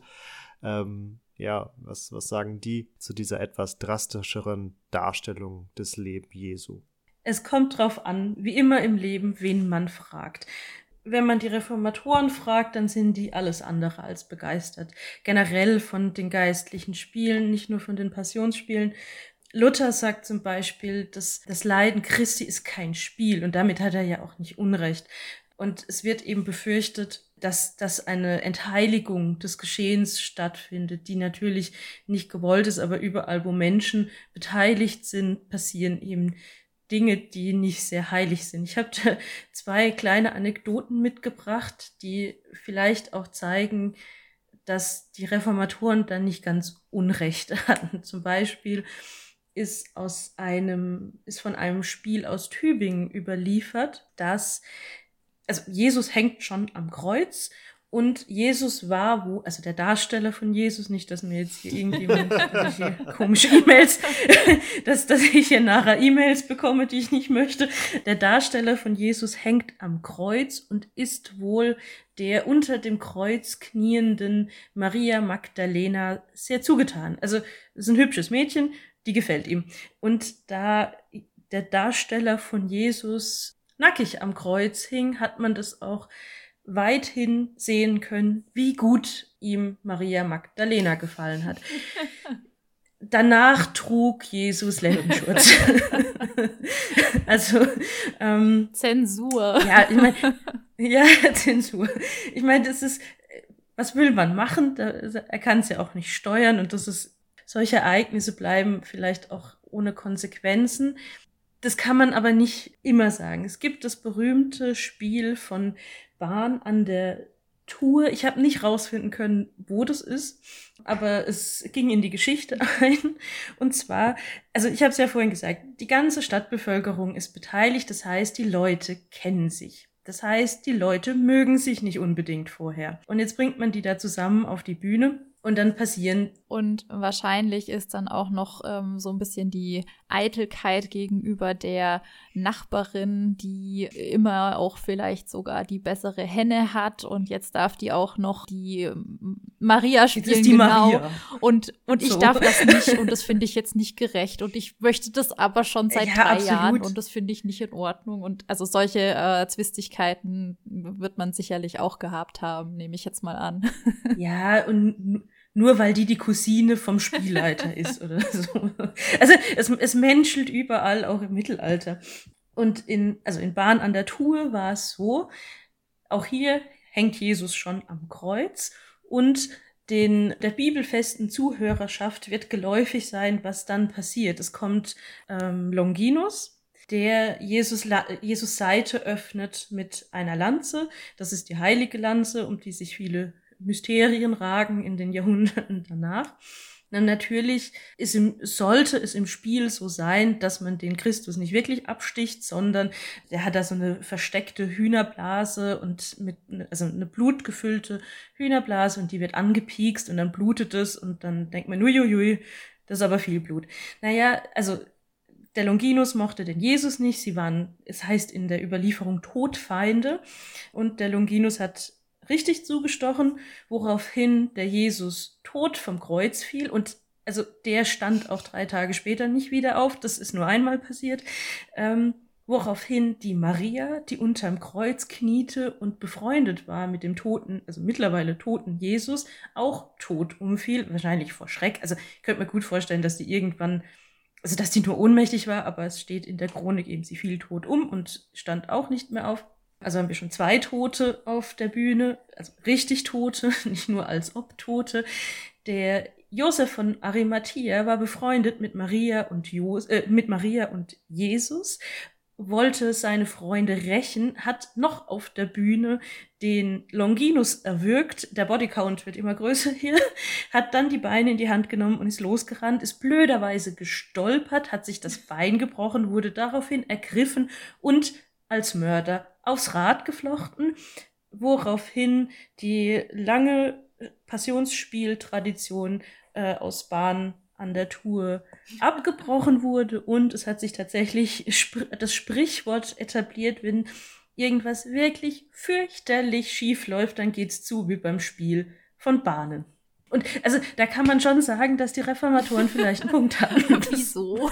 Was sagen die zu dieser etwas drastischeren Darstellung des Lebens Jesu? Es kommt drauf an, wie immer im Leben, wen man fragt. Wenn man die Reformatoren fragt, dann sind die alles andere als begeistert. Generell von den geistlichen Spielen, nicht nur von den Passionsspielen. Luther sagt zum Beispiel, dass das Leiden Christi ist kein Spiel. Und damit hat er ja auch nicht Unrecht. Und es wird eben befürchtet, dass eine Entheiligung des Geschehens stattfindet, die natürlich nicht gewollt ist, aber überall, wo Menschen beteiligt sind, passieren eben Dinge, die nicht sehr heilig sind. Ich habe 2 kleine Anekdoten mitgebracht, die vielleicht auch zeigen, dass die Reformatoren dann nicht ganz Unrecht hatten. Zum Beispiel ist von einem Spiel aus Tübingen überliefert, also Jesus hängt schon am Kreuz und Jesus war also der Darsteller von Jesus, nicht, dass mir jetzt hier irgendjemand komische E-Mails, dass ich hier nachher E-Mails bekomme, die ich nicht möchte. Der Darsteller von Jesus hängt am Kreuz und ist wohl der unter dem Kreuz knienden Maria Magdalena sehr zugetan. Also, das ist ein hübsches Mädchen, die gefällt ihm. Und da der Darsteller von Jesus nackig am Kreuz hing, hat man das auch weithin sehen können, wie gut ihm Maria Magdalena gefallen hat. Danach trug Jesus Lendenschurz. Also Zensur. Ja, ich meine, Zensur. Ich meine, das ist, was will man machen? Er kann es ja auch nicht steuern und solche Ereignisse bleiben vielleicht auch ohne Konsequenzen. Das kann man aber nicht immer sagen. Es gibt das berühmte Spiel von Bahn an der Tour. Ich habe nicht rausfinden können, wo das ist, aber es ging in die Geschichte ein. Und zwar, also ich habe es ja vorhin gesagt, die ganze Stadtbevölkerung ist beteiligt. Das heißt, die Leute kennen sich. Das heißt, die Leute mögen sich nicht unbedingt vorher. Und jetzt bringt man die da zusammen auf die Bühne. Und dann passieren. Und wahrscheinlich ist dann auch noch so ein bisschen die Eitelkeit gegenüber der Nachbarin, die immer auch vielleicht sogar die bessere Henne hat. Und jetzt darf die auch noch die Maria spielen. Jetzt ist die Maria. Und ich darf das nicht. Und das finde ich jetzt nicht gerecht. Und ich möchte das aber schon seit 3 Jahren. Und das finde ich nicht in Ordnung. Und also solche Zwistigkeiten wird man sicherlich auch gehabt haben, nehme ich jetzt mal an. Ja, und nur weil die Cousine vom Spielleiter ist oder so. Also es menschelt überall, auch im Mittelalter. Und in Bahn an der Tour war es so, auch hier hängt Jesus schon am Kreuz und der bibelfesten Zuhörerschaft wird geläufig sein, was dann passiert. Es kommt Longinus, der Jesus Seite öffnet mit einer Lanze. Das ist die heilige Lanze, um die sich viele Mysterien ragen in den Jahrhunderten danach. Dann natürlich sollte es im Spiel so sein, dass man den Christus nicht wirklich absticht, sondern der hat da so eine versteckte Hühnerblase und also eine blutgefüllte Hühnerblase und die wird angepiekst und dann blutet es und dann denkt man, uiuiui, das ist aber viel Blut. Naja, also der Longinus mochte den Jesus nicht, sie waren, es heißt in der Überlieferung, Todfeinde und der Longinus hat richtig zugestochen, woraufhin der Jesus tot vom Kreuz fiel und also der stand auch 3 Tage später nicht wieder auf, das ist nur einmal passiert, woraufhin die Maria, die unterm Kreuz kniete und befreundet war mit dem toten, also mittlerweile toten Jesus, auch tot umfiel, wahrscheinlich vor Schreck. Also ich könnte mir gut vorstellen, dass die irgendwann, also dass die nur ohnmächtig war, aber es steht in der Chronik eben, sie fiel tot um und stand auch nicht mehr auf. Also haben wir schon 2 Tote auf der Bühne, also richtig Tote, nicht nur als ob Tote. Der Josef von Arimathea war befreundet mit Maria und Jesus, wollte seine Freunde rächen, hat noch auf der Bühne den Longinus erwürgt, der Bodycount wird immer größer hier, hat dann die Beine in die Hand genommen und ist losgerannt, ist blöderweise gestolpert, hat sich das Bein gebrochen, wurde daraufhin ergriffen und als Mörder aufs Rad geflochten, woraufhin die lange Passionsspieltradition aus Bahn an der Tour abgebrochen wurde und es hat sich tatsächlich das Sprichwort etabliert, wenn irgendwas wirklich fürchterlich schief läuft, dann geht's zu wie beim Spiel von Bahnen. Und also da kann man schon sagen, dass die Reformatoren vielleicht einen Punkt haben. Wieso?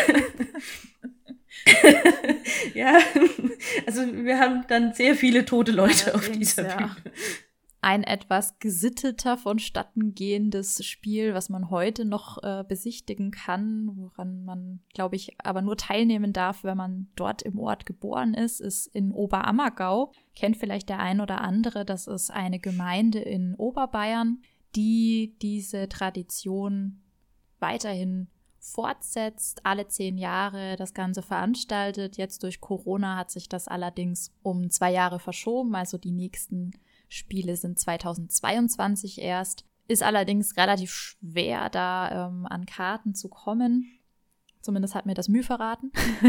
Ja, also wir haben dann sehr viele tote Leute auf dieser Bühne. Ein etwas gesitteter vonstatten gehendes Spiel, was man heute noch besichtigen kann, woran man, glaube ich, aber nur teilnehmen darf, wenn man dort im Ort geboren ist in Oberammergau. Kennt vielleicht der ein oder andere, das ist eine Gemeinde in Oberbayern, die diese Tradition weiterhin fortsetzt, alle 10 Jahre das Ganze veranstaltet. Jetzt durch Corona hat sich das allerdings um 2 Jahre verschoben, also die nächsten Spiele sind 2022 erst. Ist allerdings relativ schwer, da an Karten zu kommen. Zumindest hat mir das Mühe verraten.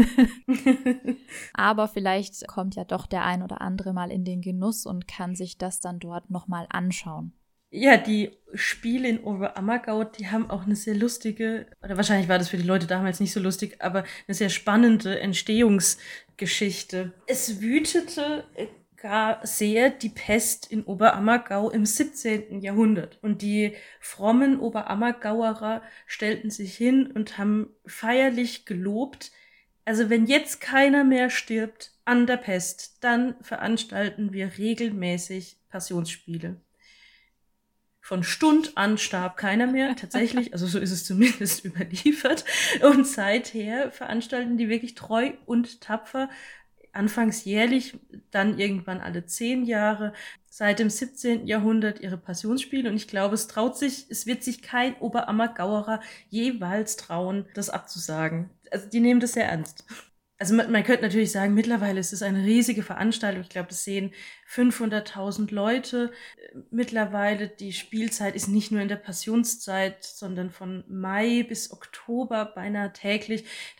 Aber vielleicht kommt ja doch der ein oder andere mal in den Genuss und kann sich das dann dort nochmal anschauen. Ja, die Spiele in Oberammergau, die haben auch eine sehr lustige, oder wahrscheinlich war das für die Leute damals nicht so lustig, aber eine sehr spannende Entstehungsgeschichte. Es wütete gar sehr die Pest in Oberammergau im 17. Jahrhundert. Und die frommen Oberammergauerer stellten sich hin und haben feierlich gelobt, also wenn jetzt keiner mehr stirbt an der Pest, dann veranstalten wir regelmäßig Passionsspiele. Von Stund an starb keiner mehr, tatsächlich, also so ist es zumindest überliefert. Und seither veranstalten die wirklich treu und tapfer anfangs jährlich, dann irgendwann alle 10 Jahre, seit dem 17. Jahrhundert ihre Passionsspiele. Und ich glaube, es wird sich kein Oberammergauerer jeweils trauen, das abzusagen. Also die nehmen das sehr ernst. Also man könnte natürlich sagen, mittlerweile ist es eine riesige Veranstaltung. Ich glaube, das sehen 500.000 Leute. Mittlerweile die Spielzeit ist nicht nur in der Passionszeit, sondern von Mai bis Oktober beinahe täglich.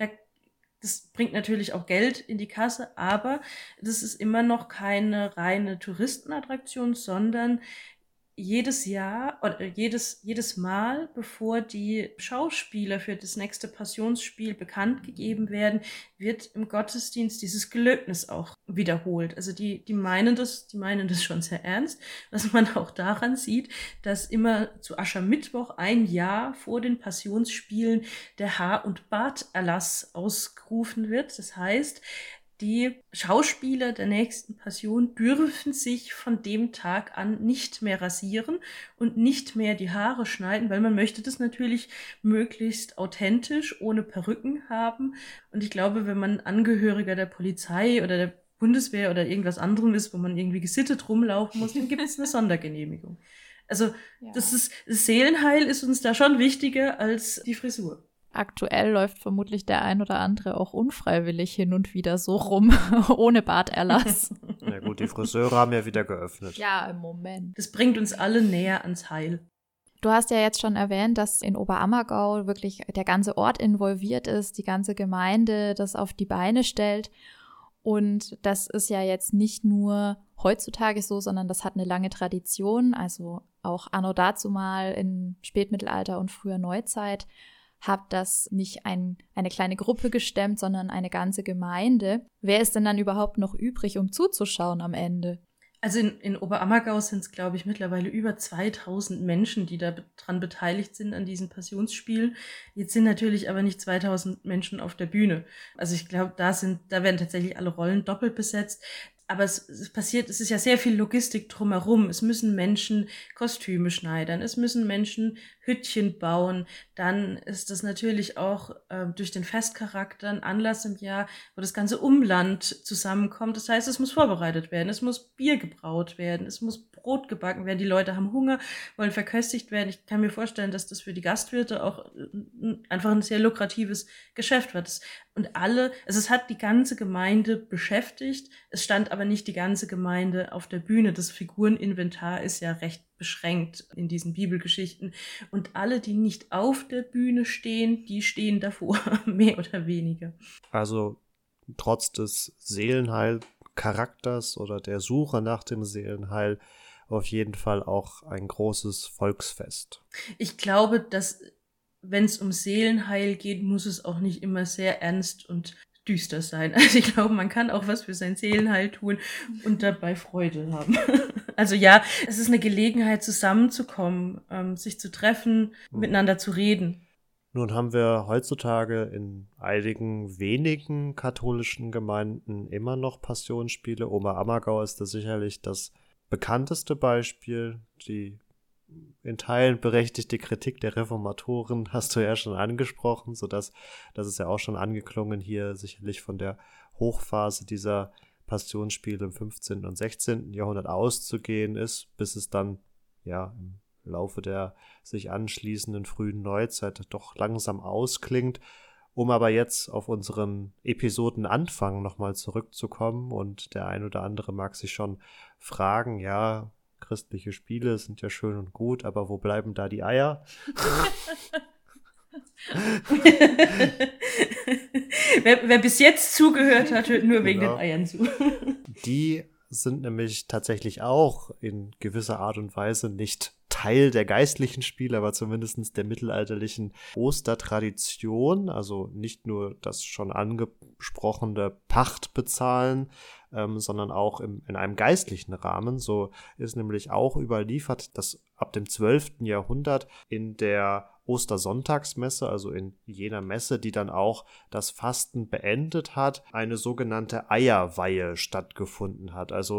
Das bringt natürlich auch Geld in die Kasse, aber das ist immer noch keine reine Touristenattraktion, sondern jedes Jahr oder jedes Mal, bevor die Schauspieler für das nächste Passionsspiel bekannt gegeben werden, wird im Gottesdienst dieses Gelöbnis auch wiederholt. Also die meinen das schon sehr ernst, was man auch daran sieht, dass immer zu Aschermittwoch ein Jahr vor den Passionsspielen der Haar- und Barterlass ausgerufen wird. Das heißt, die Schauspieler der nächsten Passion dürfen sich von dem Tag an nicht mehr rasieren und nicht mehr die Haare schneiden, weil man möchte das natürlich möglichst authentisch, ohne Perücken haben. Und ich glaube, wenn man Angehöriger der Polizei oder der Bundeswehr oder irgendwas anderem ist, wo man irgendwie gesittet rumlaufen muss, dann gibt es eine Sondergenehmigung. Also das Seelenheil ist uns da schon wichtiger als die Frisur. Aktuell läuft vermutlich der ein oder andere auch unfreiwillig hin und wieder so rum, ohne Barterlass. Na gut, die Friseure haben ja wieder geöffnet. Ja, im Moment. Das bringt uns alle näher ans Heil. Du hast ja jetzt schon erwähnt, dass in Oberammergau wirklich der ganze Ort involviert ist, die ganze Gemeinde das auf die Beine stellt. Und das ist ja jetzt nicht nur heutzutage so, sondern das hat eine lange Tradition. Also auch anno dazumal im Spätmittelalter und früher Neuzeit hat das nicht eine kleine Gruppe gestemmt, sondern eine ganze Gemeinde. Wer ist denn dann überhaupt noch übrig, um zuzuschauen am Ende? Also in Oberammergau sind es, glaube ich, mittlerweile über 2000 Menschen, die daran beteiligt sind an diesen Passionsspielen. Jetzt sind natürlich aber nicht 2000 Menschen auf der Bühne. Also ich glaube, da werden tatsächlich alle Rollen doppelt besetzt. Aber es ist ja sehr viel Logistik drumherum. Es müssen Menschen Kostüme schneidern, es müssen Menschen Hüttchen bauen. Dann ist das natürlich auch durch den Festcharakter ein Anlass im Jahr, wo das ganze Umland zusammenkommt. Das heißt, es muss vorbereitet werden, es muss Bier gebraut werden, es muss Brot gebacken werden. Die Leute haben Hunger, wollen verköstigt werden. Ich kann mir vorstellen, dass das für die Gastwirte auch einfach ein sehr lukratives Geschäft war. Es hat die ganze Gemeinde beschäftigt. Es stand aber nicht die ganze Gemeinde auf der Bühne. Das Figureninventar ist ja recht beschränkt in diesen Bibelgeschichten. Und alle, die nicht auf der Bühne stehen, die stehen davor, mehr oder weniger. Also trotz des Seelenheil-Charakters oder der Suche nach dem Seelenheil auf jeden Fall auch ein großes Volksfest. Ich glaube, dass, wenn es um Seelenheil geht, muss es auch nicht immer sehr ernst und düster sein. Also ich glaube, man kann auch was für sein Seelenheil tun und dabei Freude haben. Also ja, es ist eine Gelegenheit, zusammenzukommen, sich zu treffen, miteinander zu reden. Nun haben wir heutzutage in einigen wenigen katholischen Gemeinden immer noch Passionsspiele. Oberammergau ist da sicherlich das bekannteste Beispiel. Die in Teilen berechtigte Kritik der Reformatoren hast du ja schon angesprochen, sodass das ist ja auch schon angeklungen hier sicherlich von der Hochphase dieser Passionsspiele im 15. und 16. Jahrhundert auszugehen ist, bis es dann ja im Laufe der sich anschließenden frühen Neuzeit doch langsam ausklingt. Um aber jetzt auf unseren Episodenanfang nochmal zurückzukommen und der ein oder andere mag sich schon fragen, ja, christliche Spiele sind ja schön und gut, aber wo bleiben da die Eier? Wer bis jetzt zugehört hat, hört nur wegen den Eiern zu. Die sind nämlich tatsächlich auch in gewisser Art und Weise nicht Teil der geistlichen Spiele, aber zumindest der mittelalterlichen Ostertradition, also nicht nur das schon angesprochene Pachtbezahlen, sondern auch in einem geistlichen Rahmen. So ist nämlich auch überliefert, dass ab dem 12. Jahrhundert in der Ostersonntagsmesse, also in jener Messe, die dann auch das Fasten beendet hat, eine sogenannte Eierweihe stattgefunden hat. Also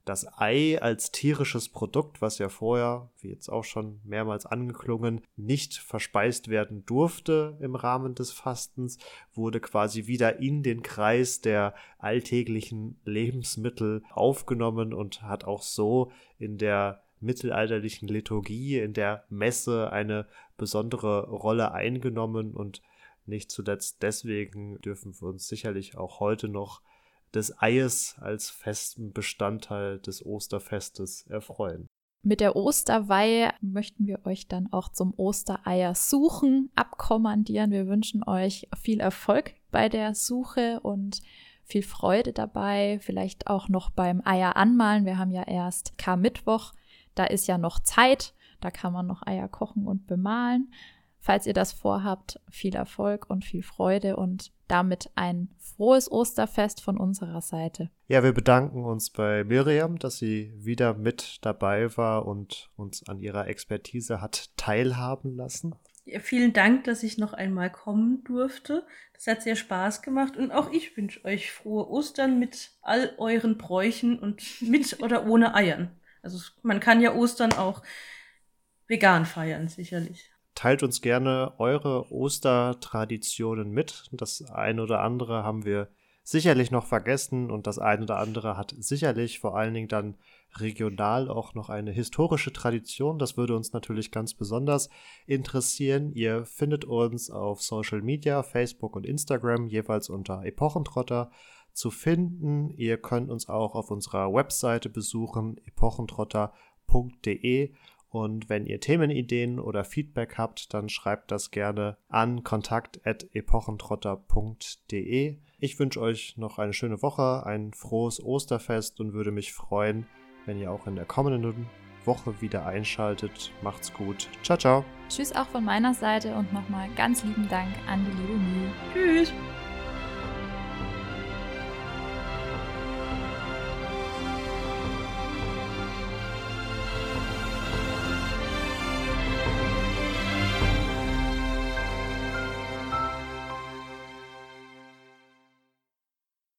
das Ei als tierisches Produkt, was ja vorher, wie jetzt auch schon mehrmals angeklungen, nicht verspeist werden durfte im Rahmen des Fastens, wurde quasi wieder in den Kreis der alltäglichen Lebensmittel aufgenommen und hat auch so in der mittelalterlichen Liturgie, in der Messe eine besondere Rolle eingenommen, und nicht zuletzt deswegen dürfen wir uns sicherlich auch heute noch des Eies als festen Bestandteil des Osterfestes erfreuen. Mit der Osterweihe möchten wir euch dann auch zum Ostereier suchen, abkommandieren. Wir wünschen euch viel Erfolg bei der Suche und viel Freude dabei, vielleicht auch noch beim Eier anmalen. Wir haben ja erst Karmittwoch, da ist ja noch Zeit, da kann man noch Eier kochen und bemalen. Falls ihr das vorhabt, viel Erfolg und viel Freude und damit ein frohes Osterfest von unserer Seite. Ja, wir bedanken uns bei Miriam, dass sie wieder mit dabei war und uns an ihrer Expertise hat teilhaben lassen. Ja, vielen Dank, dass ich noch einmal kommen durfte. Das hat sehr Spaß gemacht und auch ich wünsche euch frohe Ostern mit all euren Bräuchen und mit oder ohne Eiern. Also man kann ja Ostern auch vegan feiern, sicherlich. Teilt uns gerne eure Ostertraditionen mit. Das eine oder andere haben wir sicherlich noch vergessen und das eine oder andere hat sicherlich vor allen Dingen dann regional auch noch eine historische Tradition. Das würde uns natürlich ganz besonders interessieren. Ihr findet uns auf Social Media, Facebook und Instagram jeweils unter Epochentrotter zu finden. Ihr könnt uns auch auf unserer Webseite besuchen, epochentrotter.de. Und wenn ihr Themenideen oder Feedback habt, dann schreibt das gerne an kontakt@epochentrotter.de. Ich wünsche euch noch eine schöne Woche, ein frohes Osterfest und würde mich freuen, wenn ihr auch in der kommenden Woche wieder einschaltet. Macht's gut. Ciao, ciao. Tschüss auch von meiner Seite und nochmal ganz lieben Dank an die liebe Mühe. Tschüss.